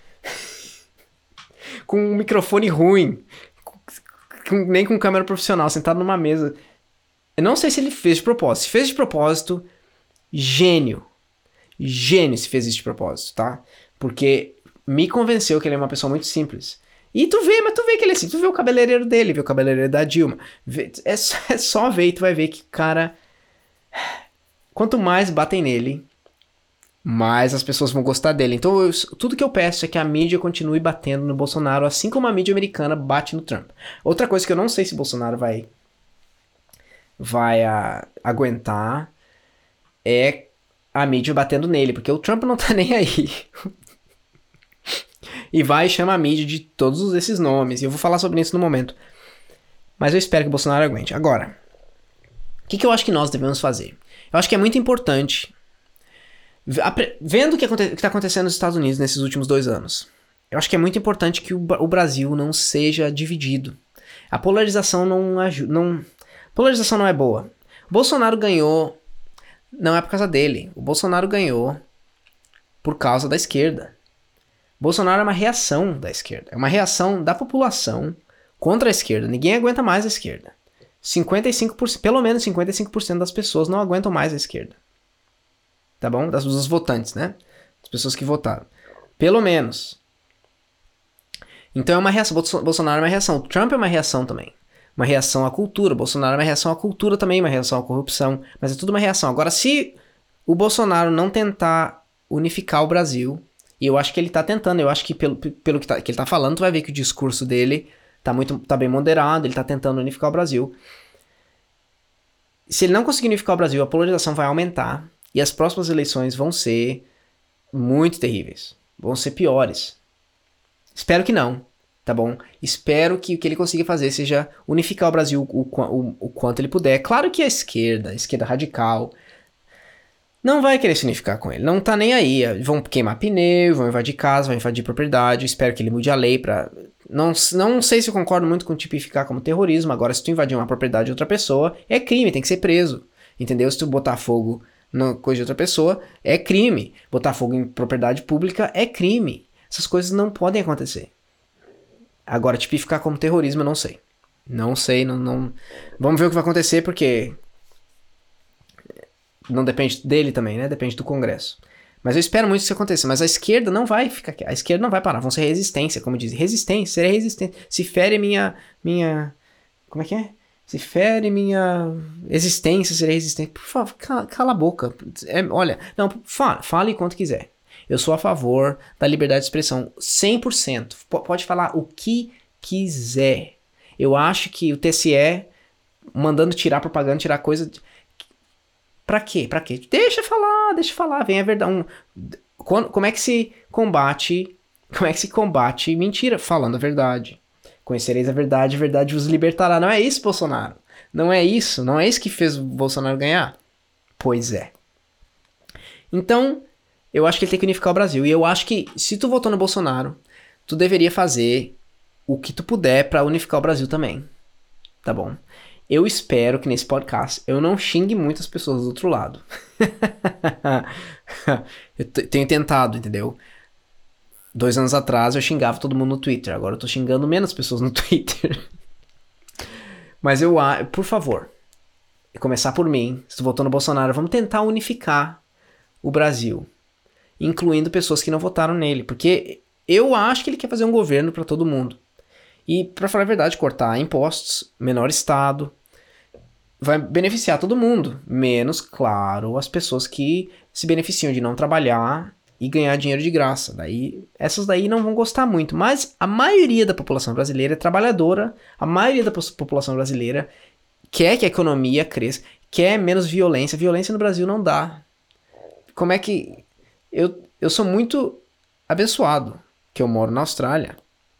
Com um microfone ruim. Nem com câmera profissional, sentado numa mesa. Eu não sei se ele fez de propósito. Se fez de propósito, gênio. Gênio se fez isso de propósito, tá? Porque me convenceu que ele é uma pessoa muito simples. E tu vê que ele é assim. Tu vê o cabeleireiro dele, vê o cabeleireiro da Dilma. É só ver e tu vai ver que, cara... Quanto mais batem nele, mais as pessoas vão gostar dele. Então, tudo que eu peço é que a mídia continue batendo no Bolsonaro, assim como a mídia americana bate no Trump. Outra coisa que eu não sei se o Bolsonaro vai aguentar é a mídia batendo nele, porque o Trump não tá nem aí. E vai e chama a mídia de todos esses nomes. E eu vou falar sobre isso no momento. Mas eu espero que o Bolsonaro aguente. Agora, o que eu acho que nós devemos fazer? Eu acho que é muito importante, vendo o que está acontecendo nos Estados Unidos nesses últimos 2 anos, eu acho que é muito importante que o Brasil não seja dividido. A polarização não ajuda. Polarização não é boa. O Bolsonaro ganhou, não é por causa dele. O Bolsonaro ganhou por causa da esquerda. Bolsonaro é uma reação da esquerda. É uma reação da população contra a esquerda. Ninguém aguenta mais a esquerda. 55%, pelo menos 55% das pessoas não aguentam mais a esquerda. Tá bom? Dos votantes, né? Das pessoas que votaram. Pelo menos. Então é uma reação. Bolsonaro é uma reação. O Trump é uma reação também. Uma reação à cultura. Bolsonaro é uma reação à cultura também. Uma reação à corrupção. Mas é tudo uma reação. Agora, se o Bolsonaro não tentar unificar o Brasil... E eu acho que ele tá tentando, eu acho que pelo que ele tá falando, tu vai ver que o discurso dele tá bem moderado, ele tá tentando unificar o Brasil. Se ele não conseguir unificar o Brasil, a polarização vai aumentar e as próximas eleições vão ser muito terríveis, vão ser piores. Espero que não, tá bom? Espero que o que ele consiga fazer seja unificar o Brasil o quanto ele puder. Claro que a esquerda radical... não vai querer se unificar com ele, não tá nem aí. Vão queimar pneu, vão invadir casa, vão invadir propriedade. Espero que ele mude a lei pra... Não sei se eu concordo muito com tipificar como terrorismo. Agora, se tu invadir uma propriedade de outra pessoa, é crime, tem que ser preso. Entendeu? Se tu botar fogo na coisa de outra pessoa, é crime. Botar fogo em propriedade pública é crime. Essas coisas não podem acontecer. Agora, tipificar como terrorismo, eu não sei. Não sei, não... Vamos ver o que vai acontecer, porque... não depende dele também, né? Depende do Congresso. Mas eu espero muito que isso aconteça. Mas a esquerda não vai ficar... A esquerda não vai parar. Vão ser resistência, como dizem. Resistência, serei resistente. Se fere minha... Como é que é? Se fere minha existência, serei resistente. Por favor, cala a boca. Olha, não, fale quanto quiser. Eu sou a favor da liberdade de expressão. 100%. Pode falar o que quiser. Eu acho que o TSE mandando tirar propaganda, tirar coisa... Pra quê? Deixa falar, vem a verdade. Como é que se combate mentira? Falando a verdade. Conhecereis a verdade vos libertará. Não é isso, Bolsonaro. Não é isso que fez o Bolsonaro ganhar. Pois é. Então, eu acho que ele tem que unificar o Brasil. E eu acho que, se tu votou no Bolsonaro, tu deveria fazer o que tu puder pra unificar o Brasil também. Tá bom? Eu espero que nesse podcast eu não xingue muitas pessoas do outro lado. Eu tenho tentado, entendeu? 2 anos atrás eu xingava todo mundo no Twitter. Agora eu tô xingando menos pessoas no Twitter. Mas por favor, começar por mim. Se tu votou no Bolsonaro, vamos tentar unificar o Brasil. incluindo pessoas que não votaram nele, porque eu acho que ele quer fazer um governo para todo mundo. E, para falar a verdade, cortar impostos, menor Estado, vai beneficiar todo mundo, menos, claro, as pessoas que se beneficiam de não trabalhar e ganhar dinheiro de graça. Daí, essas daí não vão gostar muito, mas a maioria da população brasileira é trabalhadora, a maioria da população brasileira quer que a economia cresça, quer menos violência. Violência no Brasil não dá. Como é que... Eu sou muito abençoado, que eu moro na Austrália,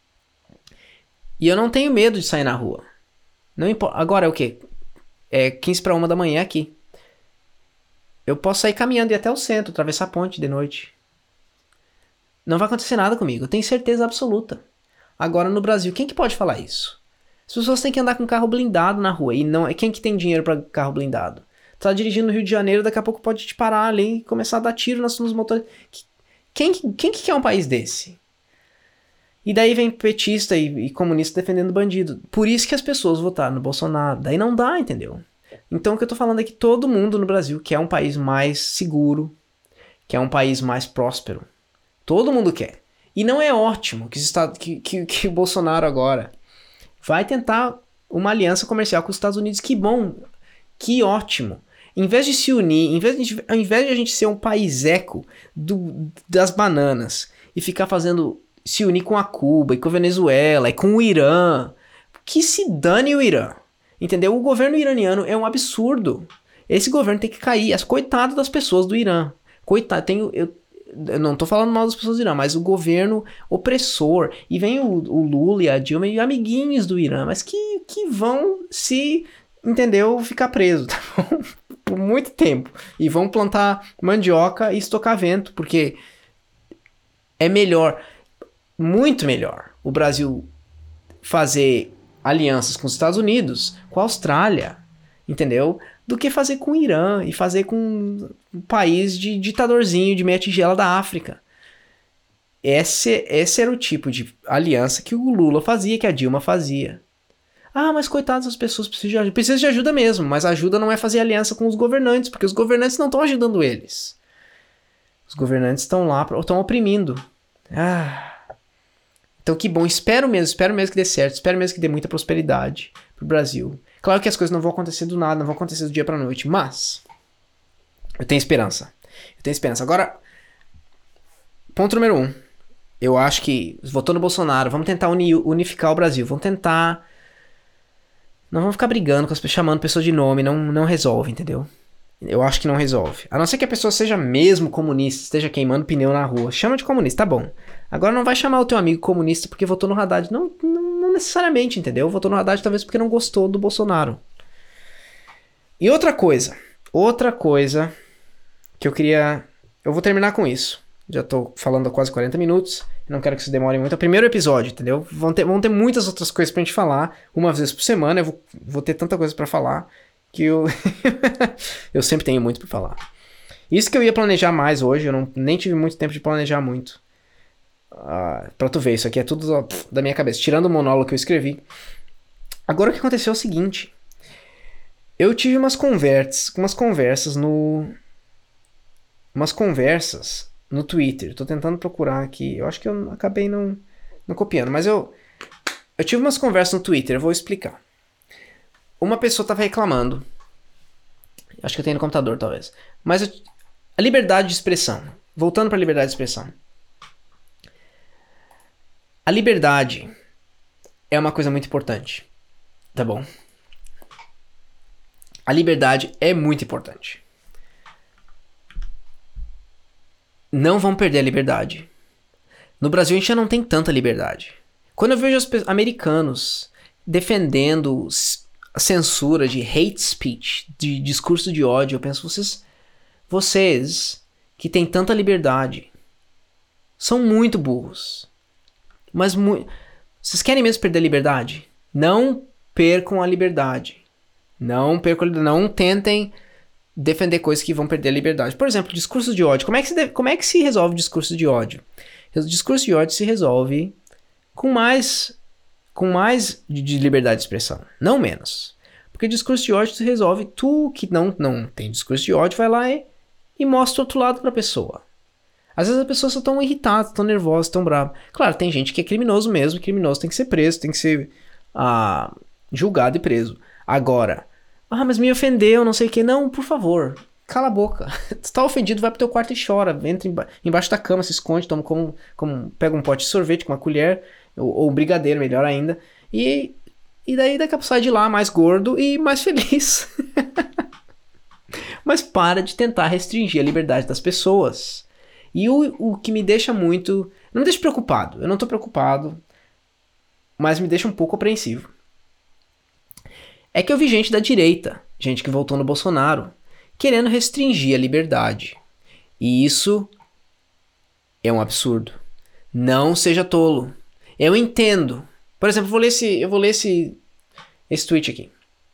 e eu não tenho medo de sair na rua. Não importa. Agora é o quê? É 15 para 1 da manhã aqui. Eu posso sair caminhando e ir até o centro, atravessar a ponte de noite. Não vai acontecer nada comigo, eu tenho certeza absoluta. Agora no Brasil, quem que pode falar isso? As pessoas têm que andar com carro blindado na rua. E não é quem que tem dinheiro para carro blindado? Tá dirigindo no Rio de Janeiro, daqui a pouco pode te parar ali e começar a dar tiro nos motores. Quem que quer um país desse? E daí vem petista e comunista defendendo bandido. Por isso que as pessoas votaram no Bolsonaro. Daí não dá, entendeu? Então o que eu tô falando é que todo mundo no Brasil quer um país mais seguro, quer um país mais próspero. Todo mundo quer. E não é ótimo que o Bolsonaro agora vai tentar uma aliança comercial com os Estados Unidos. Que bom, que ótimo. Em vez de se unir, ao invés de a gente ser um país eco das bananas e ficar se unir com a Cuba e com a Venezuela e com o Irã, que se dane o Irã. Entendeu? O governo iraniano é um absurdo. Esse governo tem que cair. Coitado das pessoas do Irã. Coitado, eu não tô falando mal das pessoas do Irã, mas o governo opressor. E vem o Lula e a Dilma e amiguinhos do Irã, mas que vão entendeu? Ficar preso, tá bom? Por muito tempo. E vão plantar mandioca e estocar vento, porque é melhor, muito melhor, o Brasil fazer alianças com os Estados Unidos, com a Austrália, entendeu? Do que fazer com o Irã e fazer com um país de ditadorzinho de meia tigela da África. Esse era o tipo de aliança que o Lula fazia, que a Dilma fazia. Ah, mas coitadas das pessoas precisam de ajuda mesmo, mas a ajuda não é fazer aliança com os governantes, porque os governantes não estão ajudando eles. Os governantes estão lá, estão oprimindo. Então que bom, espero mesmo que dê certo, espero mesmo que dê muita prosperidade pro Brasil. Claro que as coisas não vão acontecer do nada, não vão acontecer do dia pra noite, mas eu tenho esperança. Agora, ponto número 1. Eu acho que, votou no Bolsonaro, vamos tentar unificar o Brasil, vamos tentar... Não vamos ficar brigando com as pessoas, chamando pessoas de nome, não resolve, entendeu? Eu acho que não resolve. A não ser que a pessoa seja mesmo comunista, esteja queimando pneu na rua. Chama de comunista, tá bom. Agora não vai chamar o teu amigo comunista porque votou no Haddad. Não necessariamente, entendeu? Votou no Haddad talvez porque não gostou do Bolsonaro. E outra coisa que eu queria... Eu vou terminar com isso. Já tô falando há quase 40 minutos. Não quero que isso demore muito. É o primeiro episódio, entendeu? Vão ter muitas outras coisas pra gente falar. Uma vez por semana eu vou ter tanta coisa pra falar que eu... eu sempre tenho muito pra falar. Isso que eu ia planejar mais hoje. Eu nem tive muito tempo de planejar muito. Pra tu ver, isso aqui é tudo da minha cabeça. Tirando o monólogo que eu escrevi. Agora o que aconteceu é o seguinte. Eu tive umas conversas no Twitter. Tô tentando procurar aqui. Eu acho que eu acabei não copiando. Mas eu tive umas conversas no Twitter. Eu vou explicar. Uma pessoa tava reclamando. Acho que eu tenho no computador, talvez. Mas a liberdade de expressão. Voltando pra liberdade de expressão. A liberdade é uma coisa muito importante. Tá bom? A liberdade é muito importante. Não vão perder a liberdade. No Brasil a gente já não tem tanta liberdade. Quando eu vejo os americanos defendendo a censura de hate speech, de discurso de ódio, eu penso, vocês que têm tanta liberdade são muito burros. Mas vocês querem mesmo perder a liberdade? Não percam a liberdade. Não tentem defender coisas que vão perder a liberdade. Por exemplo, discurso de ódio. Como é que se resolve discurso de ódio? O discurso de ódio se resolve com mais de liberdade de expressão, não menos. Porque discurso de ódio se resolve, tu que não tem discurso de ódio, vai lá e mostra o outro lado pra pessoa. Às vezes as pessoas estão irritadas, estão nervosas, estão bravas. Claro, tem gente que é criminoso mesmo, criminoso tem que ser preso, tem que ser julgado e preso. Agora, mas me ofendeu, não sei o que. Não, por favor, cala a boca. Tu tá ofendido, vai pro teu quarto e chora. Entra embaixo da cama, se esconde, toma pega um pote de sorvete com uma colher, ou um brigadeiro, melhor ainda. E daí daqui a pouco sai de lá mais gordo e mais feliz. Mas para de tentar restringir a liberdade das pessoas. E o que me deixa muito... Não me deixa preocupado. Eu não tô preocupado. Mas me deixa um pouco apreensivo. É que eu vi gente da direita, gente que votou no Bolsonaro, querendo restringir a liberdade. E isso é um absurdo. Não seja tolo. Eu entendo. Por exemplo, eu vou ler esse tweet aqui.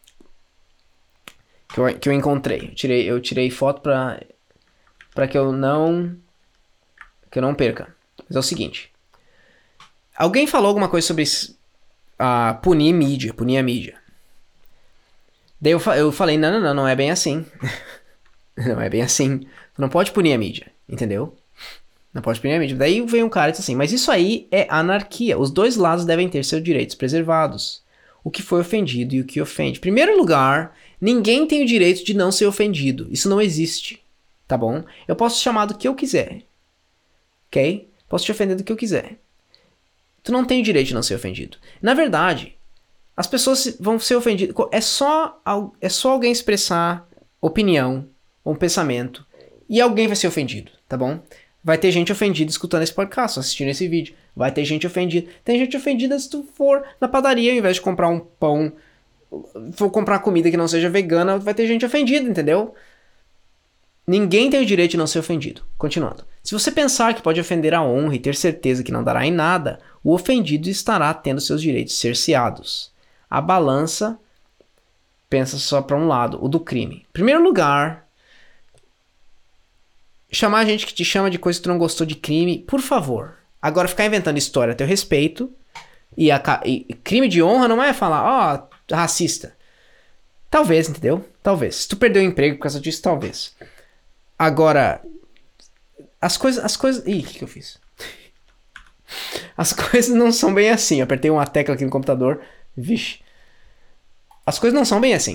Que eu encontrei. Eu tirei foto pra que eu não perca. Mas é o seguinte. Alguém falou alguma coisa sobre punir a mídia. Daí eu falei, não é bem assim. Não é bem assim. Tu não pode punir a mídia, entendeu? Não pode punir a mídia. Daí veio um cara e disse assim, mas isso aí é anarquia. Os dois lados devem ter seus direitos preservados. O que foi ofendido e o que ofende. Em primeiro lugar, ninguém tem o direito de não ser ofendido. Isso não existe, tá bom? Eu posso te chamar do que eu quiser, ok? Posso te ofender do que eu quiser. Tu não tem o direito de não ser ofendido. Na verdade, as pessoas vão ser ofendidas. É só alguém expressar opinião ou um pensamento e alguém vai ser ofendido, tá bom? Vai ter gente ofendida escutando esse podcast, assistindo esse vídeo. Vai ter gente ofendida. Tem gente ofendida se tu for na padaria, ao invés de comprar um pão, for comprar comida que não seja vegana, vai ter gente ofendida, entendeu? Ninguém tem o direito de não ser ofendido. Continuando. Se você pensar que pode ofender a honra e ter certeza que não dará em nada, o ofendido estará tendo seus direitos cerceados. A balança pensa só para um lado, o do crime. Em primeiro lugar, chamar a gente que te chama de coisa que tu não gostou de crime, por favor. Agora ficar inventando história a teu respeito e crime de honra não é falar, racista. Talvez, entendeu? Talvez. Se tu perdeu o emprego por causa disso, talvez. Agora, as coisas... Ih, o que eu fiz? As coisas não são bem assim. Eu apertei uma tecla aqui no computador. Vixe. As coisas não são bem assim.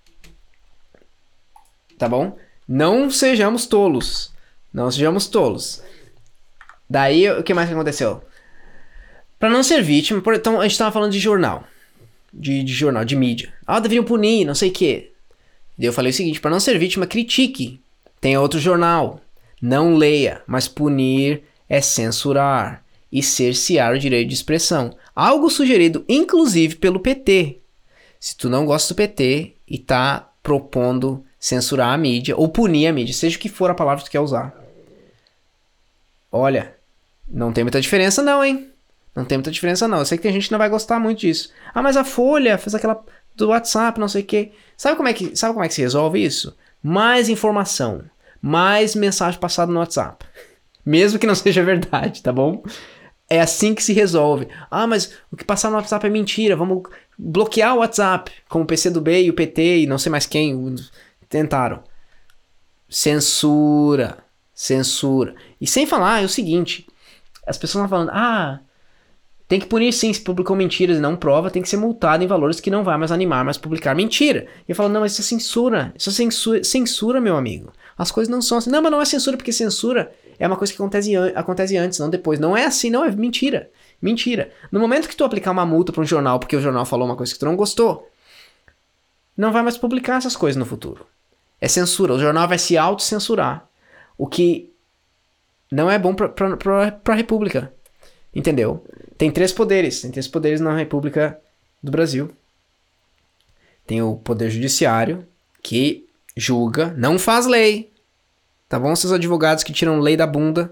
Tá bom? Não sejamos tolos. Não sejamos tolos. Daí, o que mais que aconteceu? Pra não ser vítima... Então, a gente tava falando de jornal. De jornal, de mídia. Deveriam punir, não sei o quê. Daí eu falei o seguinte, pra não ser vítima, critique. Tem outro jornal. Não leia, mas punir é censurar e cercear o direito de expressão. Algo sugerido, inclusive, pelo PT. Se tu não gosta do PT e tá propondo censurar a mídia ou punir a mídia, seja o que for a palavra que tu quer usar. Olha, não tem muita diferença não, hein? Não tem muita diferença não. Eu sei que tem gente que não vai gostar muito disso. Mas a Folha fez aquela do WhatsApp, não sei o quê. Sabe como é que se resolve isso? Mais informação. Mais mensagem passada no WhatsApp. Mesmo que não seja verdade, tá bom? É assim que se resolve. Mas o que passar no WhatsApp é mentira. Vamos bloquear o WhatsApp. Como o PCdoB e o PT e não sei mais quem tentaram. Censura. Censura. E sem falar, é o seguinte. As pessoas estão falando, tem que punir sim, se publicou mentiras e não prova, tem que ser multado em valores que não vai mais animar, mais publicar mentira. E eu falo, não, mas isso é censura. Isso é censura, meu amigo. As coisas não são assim. Não, mas não é censura, porque censura é uma coisa que acontece antes, não depois. Não é assim, não, é mentira. Mentira. No momento que tu aplicar uma multa para um jornal, porque o jornal falou uma coisa que tu não gostou, não vai mais publicar essas coisas no futuro. É censura. O jornal vai se autocensurar. O que não é bom pra República. Entendeu? Tem três poderes na República do Brasil. Tem o poder judiciário, que julga, não faz lei. Tá bom? Seus advogados que tiram lei da bunda.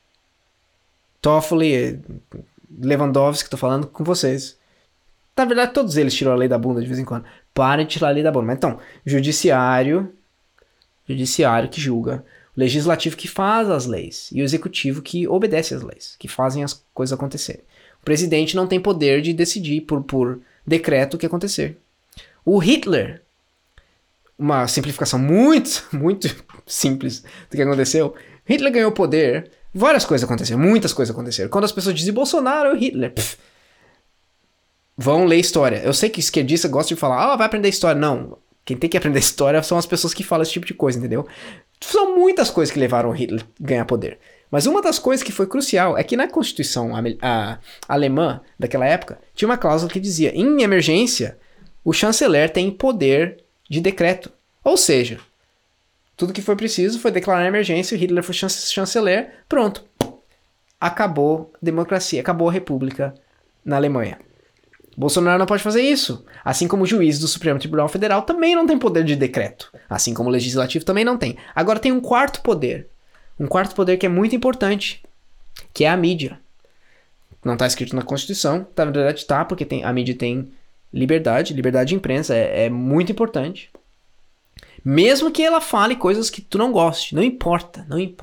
Toffoli, Lewandowski, tô falando com vocês. Na verdade, todos eles tiram a lei da bunda de vez em quando. Parem de tirar a lei da bunda. Mas então, judiciário que julga. O legislativo que faz as leis. E o executivo que obedece às leis. Que fazem as coisas acontecerem. O presidente não tem poder de decidir por decreto o que acontecer. O Hitler, uma simplificação muito, muito simples do que aconteceu. Hitler ganhou poder Várias coisas aconteceram, muitas coisas aconteceram. Quando as pessoas dizem Bolsonaro é o Hitler, vão ler história. Eu sei que esquerdista gosta de falar, vai aprender história. Não, quem tem que aprender história são as pessoas que falam esse tipo de coisa, entendeu? São muitas coisas que levaram o Hitler a ganhar poder. Mas uma das coisas que foi crucial é que na Constituição alemã daquela época, tinha uma cláusula que dizia, em emergência, o chanceler tem poder de decreto. Ou seja, tudo que foi preciso foi declarar a emergência, o Hitler foi chanceler, pronto. Acabou a democracia, acabou a república na Alemanha. Bolsonaro não pode fazer isso. Assim como o juiz do Supremo Tribunal Federal também não tem poder de decreto. Assim como o legislativo também não tem. Agora tem um quarto poder. Um quarto poder que é muito importante, que é a mídia. Não está escrito na Constituição, na verdade está, porque a mídia tem liberdade de imprensa, é muito importante. Mesmo que ela fale coisas que tu não goste, não importa.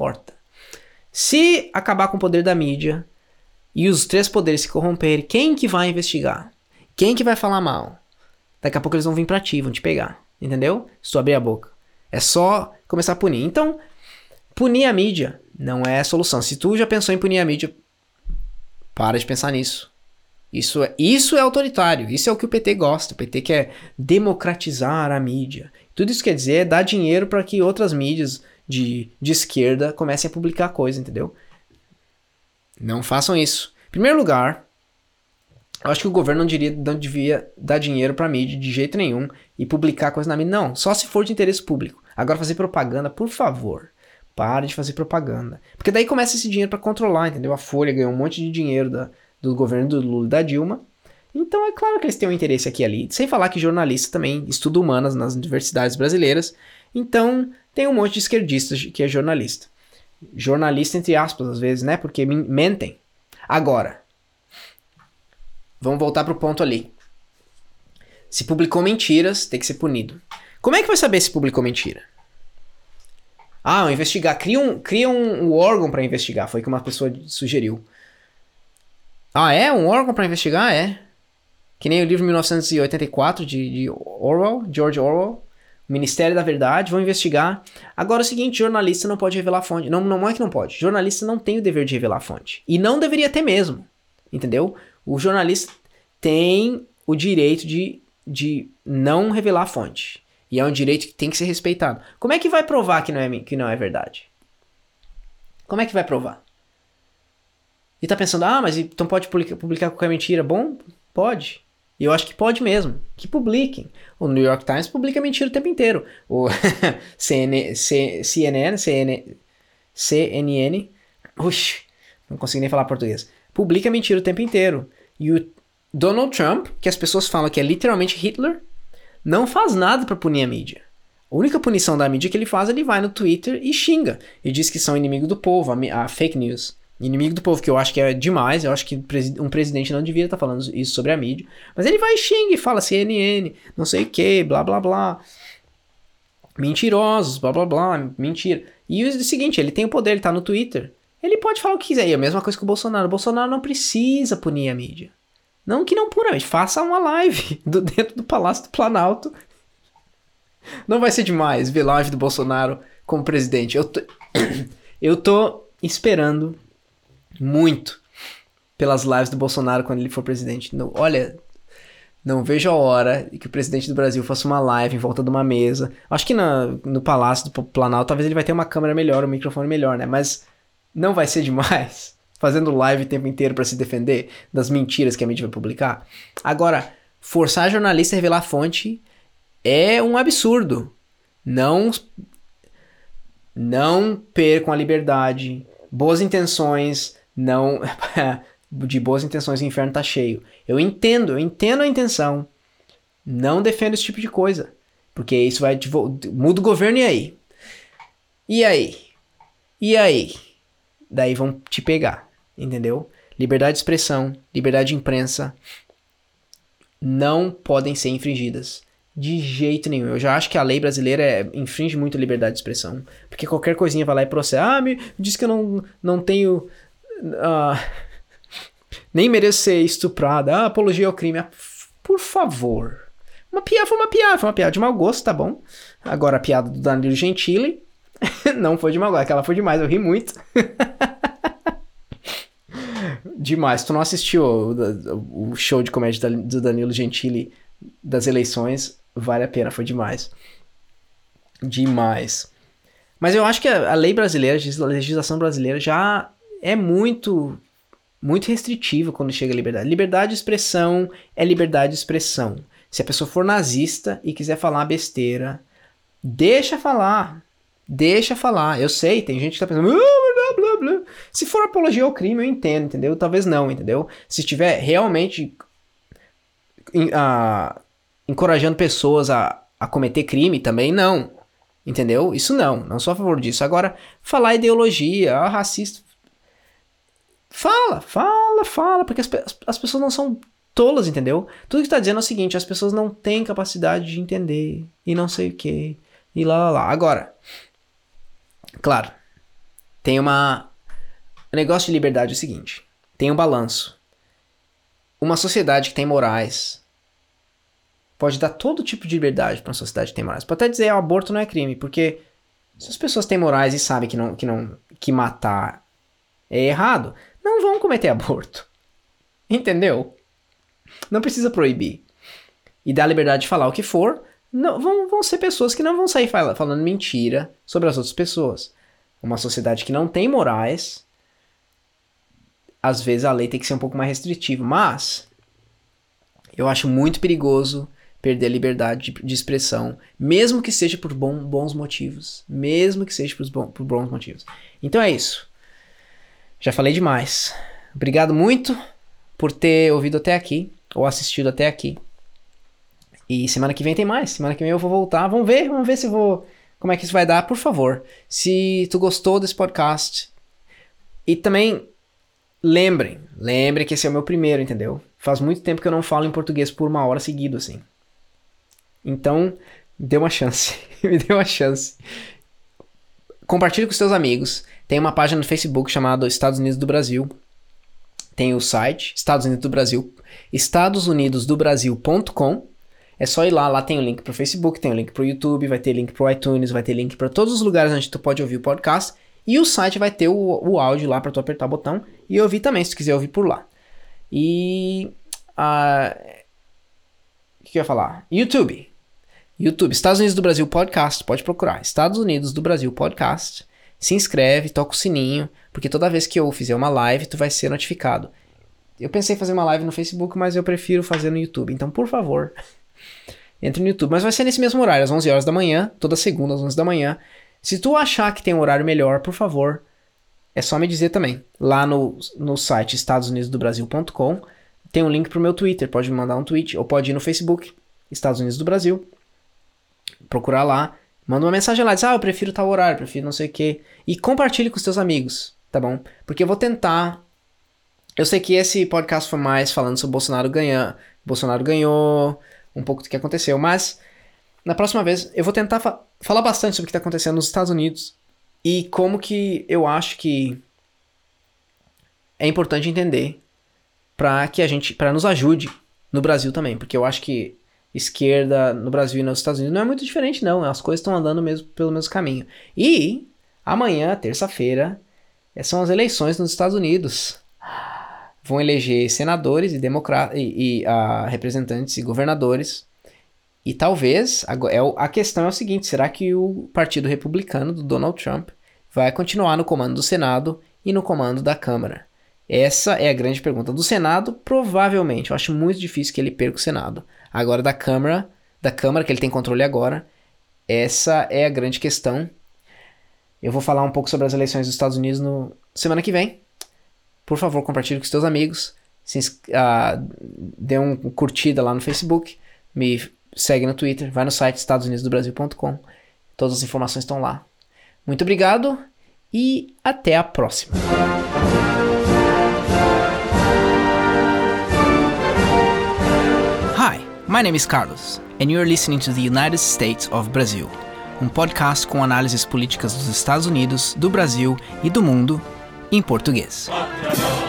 Se acabar com o poder da mídia e os três poderes se corromperem, quem que vai investigar? Quem que vai falar mal? Daqui a pouco eles vão vir pra ti, vão te pegar, entendeu? Se tu abrir a boca. É só começar a punir. Então, punir a mídia não é a solução. Se tu já pensou em punir a mídia, para de pensar nisso. Isso é autoritário, isso é o que o PT gosta. O PT quer democratizar a mídia. Tudo isso quer dizer é dar dinheiro para que outras mídias de esquerda comecem a publicar coisa, entendeu? Não façam isso. Em primeiro lugar, eu acho que o governo não devia dar dinheiro pra mídia de jeito nenhum e publicar coisa na mídia. Não, só se for de interesse público. Agora fazer propaganda, por favor, pare de fazer propaganda. Porque daí começa esse dinheiro pra controlar, entendeu? A Folha ganhou um monte de dinheiro do governo do Lula e da Dilma. Então é claro que eles têm um interesse aqui e ali. Sem falar que jornalista também estuda humanas nas universidades brasileiras. Então tem um monte de esquerdistas que é jornalista. Jornalista entre aspas, às vezes, né? Porque mentem. Agora, vamos voltar pro ponto ali. Se publicou mentiras, tem que ser punido. Como é que vai saber se publicou mentira? Investigar. Cria um órgão pra investigar. Foi o que uma pessoa sugeriu. Um órgão pra investigar? É. Que nem o livro 1984 de Orwell, George Orwell. Ministério da Verdade, vão investigar. Agora é o seguinte, jornalista não pode revelar a fonte. Não é que não pode. Jornalista não tem o dever de revelar a fonte. E não deveria ter mesmo. Entendeu? O jornalista tem o direito de não revelar a fonte. E é um direito que tem que ser respeitado. Como é que vai provar que não é verdade? Como é que vai provar? E tá pensando, mas então pode publicar qualquer mentira? Bom, pode. E eu acho que pode mesmo. Que publiquem. O New York Times publica mentira o tempo inteiro. O CNN, não consigo nem falar português. Publica mentira o tempo inteiro. E o Donald Trump, que as pessoas falam que é literalmente Hitler, não faz nada pra punir a mídia. A única punição da mídia que ele faz, ele vai no Twitter e xinga. E diz que são inimigo do povo, a fake news. Inimigo do povo, que eu acho que é demais. Eu acho que um presidente não devia estar falando isso sobre a mídia. Mas ele vai e xinga e fala CNN, não sei o que, blá blá blá. Mentirosos, blá blá blá, mentira. E o seguinte, ele tem o poder, ele tá no Twitter. Ele pode falar o que quiser. E a mesma coisa que o Bolsonaro. O Bolsonaro não precisa punir a mídia. Não que não puramente. Faça uma live dentro do Palácio do Planalto. Não vai ser demais ver live do Bolsonaro como presidente. Eu tô esperando muito pelas lives do Bolsonaro quando ele for presidente. Não vejo a hora que o presidente do Brasil faça uma live em volta de uma mesa. Acho que no Palácio do Planalto talvez ele vai ter uma câmera melhor, um microfone melhor, né? Mas não vai ser demais fazendo live o tempo inteiro pra se defender das mentiras que a mídia vai publicar. Agora, forçar jornalista a revelar a fonte é um absurdo. Não percam a liberdade. Boas intenções, não... De boas intenções o inferno tá cheio. Eu entendo a intenção. Não defendo esse tipo de coisa. Porque isso vai... Muda o governo e aí? E aí? Daí vão te pegar. Entendeu? Liberdade de expressão, liberdade de imprensa não podem ser infringidas. De jeito nenhum. Eu já acho que a lei brasileira infringe muito a liberdade de expressão. Porque qualquer coisinha vai lá e processa. Me diz que eu não tenho... nem mereço ser estuprada. Apologia ao crime. Por favor. Foi uma piada de mau gosto, tá bom? Agora a piada do Danilo Gentili não foi de mau gosto. Aquela foi demais, eu ri muito. Demais. Tu não assistiu o show de comédia do Danilo Gentili das eleições? Vale a pena, foi demais. Demais. Mas eu acho que a lei brasileira, a legislação brasileira já é muito restritiva quando chega a liberdade. Liberdade de expressão é liberdade de expressão. Se a pessoa for nazista e quiser falar besteira, deixa falar. Deixa falar. Eu sei, tem gente que tá pensando... Blá, blá, blá. Se for apologia ao crime, eu entendo, entendeu? Talvez não, entendeu? Se estiver realmente encorajando pessoas a cometer crime, também não. Entendeu? Isso não sou a favor disso. Agora, falar ideologia, racista... Fala, porque as pessoas não são tolas, entendeu? Tudo que tá dizendo é o seguinte, as pessoas não têm capacidade de entender, e não sei o que, e lá. Agora, claro, tem o negócio de liberdade é o seguinte, tem um balanço. Uma sociedade que tem morais pode dar todo tipo de liberdade para uma sociedade que tem morais. Pode até dizer, o aborto não é crime, porque se as pessoas têm morais e sabem que matar é errado, não vão cometer aborto. Entendeu? Não precisa proibir. E dar liberdade de falar o que for, não, vão ser pessoas que não vão sair falando mentira sobre as outras pessoas. Uma sociedade que não tem morais, às vezes a lei tem que ser um pouco mais restritiva, mas eu acho muito perigoso perder a liberdade de expressão, mesmo que seja por bons motivos. Mesmo que seja por bons motivos. Então é isso. Já falei demais. Obrigado muito por ter ouvido até aqui, ou assistido até aqui. E semana que vem tem mais. Semana que vem eu vou voltar. Vamos ver se vou... Como é que isso vai dar, por favor. Se tu gostou desse podcast. E também, lembre que esse é o meu primeiro, entendeu? Faz muito tempo que eu não falo em português por 1 hora seguido, assim. Então, dê uma chance. Me dê uma chance. Compartilhe com os teus amigos. Tem uma página no Facebook chamada Estados Unidos do Brasil. Tem o site Estados Unidos do Brasil, estadosunidodobrasil.com. É só ir lá tem o link pro Facebook, tem o link pro YouTube, vai ter link pro iTunes, vai ter link para todos os lugares onde tu pode ouvir o podcast. E o site vai ter o áudio lá para tu apertar o botão e ouvir também, se tu quiser ouvir por lá. E... o que eu ia falar? YouTube, Estados Unidos do Brasil Podcast, pode procurar. Estados Unidos do Brasil Podcast. Se inscreve, toca o sininho, porque toda vez que eu fizer uma live, tu vai ser notificado. Eu pensei em fazer uma live no Facebook, mas eu prefiro fazer no YouTube. Então, por favor, entre no YouTube. Mas vai ser nesse mesmo horário, às 11 horas da manhã, toda segunda às 11 da manhã. Se tu achar que tem um horário melhor, por favor, é só me dizer também. Lá no site estadosunidosdobrasil.com tem um link pro meu Twitter. Pode me mandar um tweet, ou pode ir no Facebook, Estados Unidos do Brasil. Procurar lá. Manda uma mensagem lá, diz, eu prefiro tal horário, prefiro não sei o que. E compartilhe com os teus amigos, tá bom? Porque eu vou tentar... Eu sei que esse podcast foi mais falando sobre Bolsonaro ganhou, um pouco do que aconteceu, mas na próxima vez eu vou tentar falar bastante sobre o que está acontecendo nos Estados Unidos e como que eu acho que é importante entender para nos ajude no Brasil também, porque eu acho que esquerda no Brasil e nos Estados Unidos não é muito diferente não, as coisas estão andando pelo mesmo caminho. E amanhã, terça-feira, são as eleições nos Estados Unidos. Vão eleger senadores e representantes e governadores. E talvez, a questão é o seguinte, será que o Partido Republicano do Donald Trump vai continuar no comando do Senado e no comando da Câmara? Essa é a grande pergunta. Do Senado, provavelmente, eu acho muito difícil que ele perca o Senado. Agora da Câmara, que ele tem controle agora, essa é a grande questão. Eu vou falar um pouco sobre as eleições dos Estados Unidos semana que vem. Por favor, compartilhe com os teus amigos. Dê uma curtida lá no Facebook. Me segue no Twitter. Vai no site estadosunidosdobrasil.com. Todas as informações estão lá. Muito obrigado e até a próxima. Hi, my name is Carlos, and you are listening to the United States of Brazil, um podcast com análises políticas dos Estados Unidos, do Brasil e do mundo em português.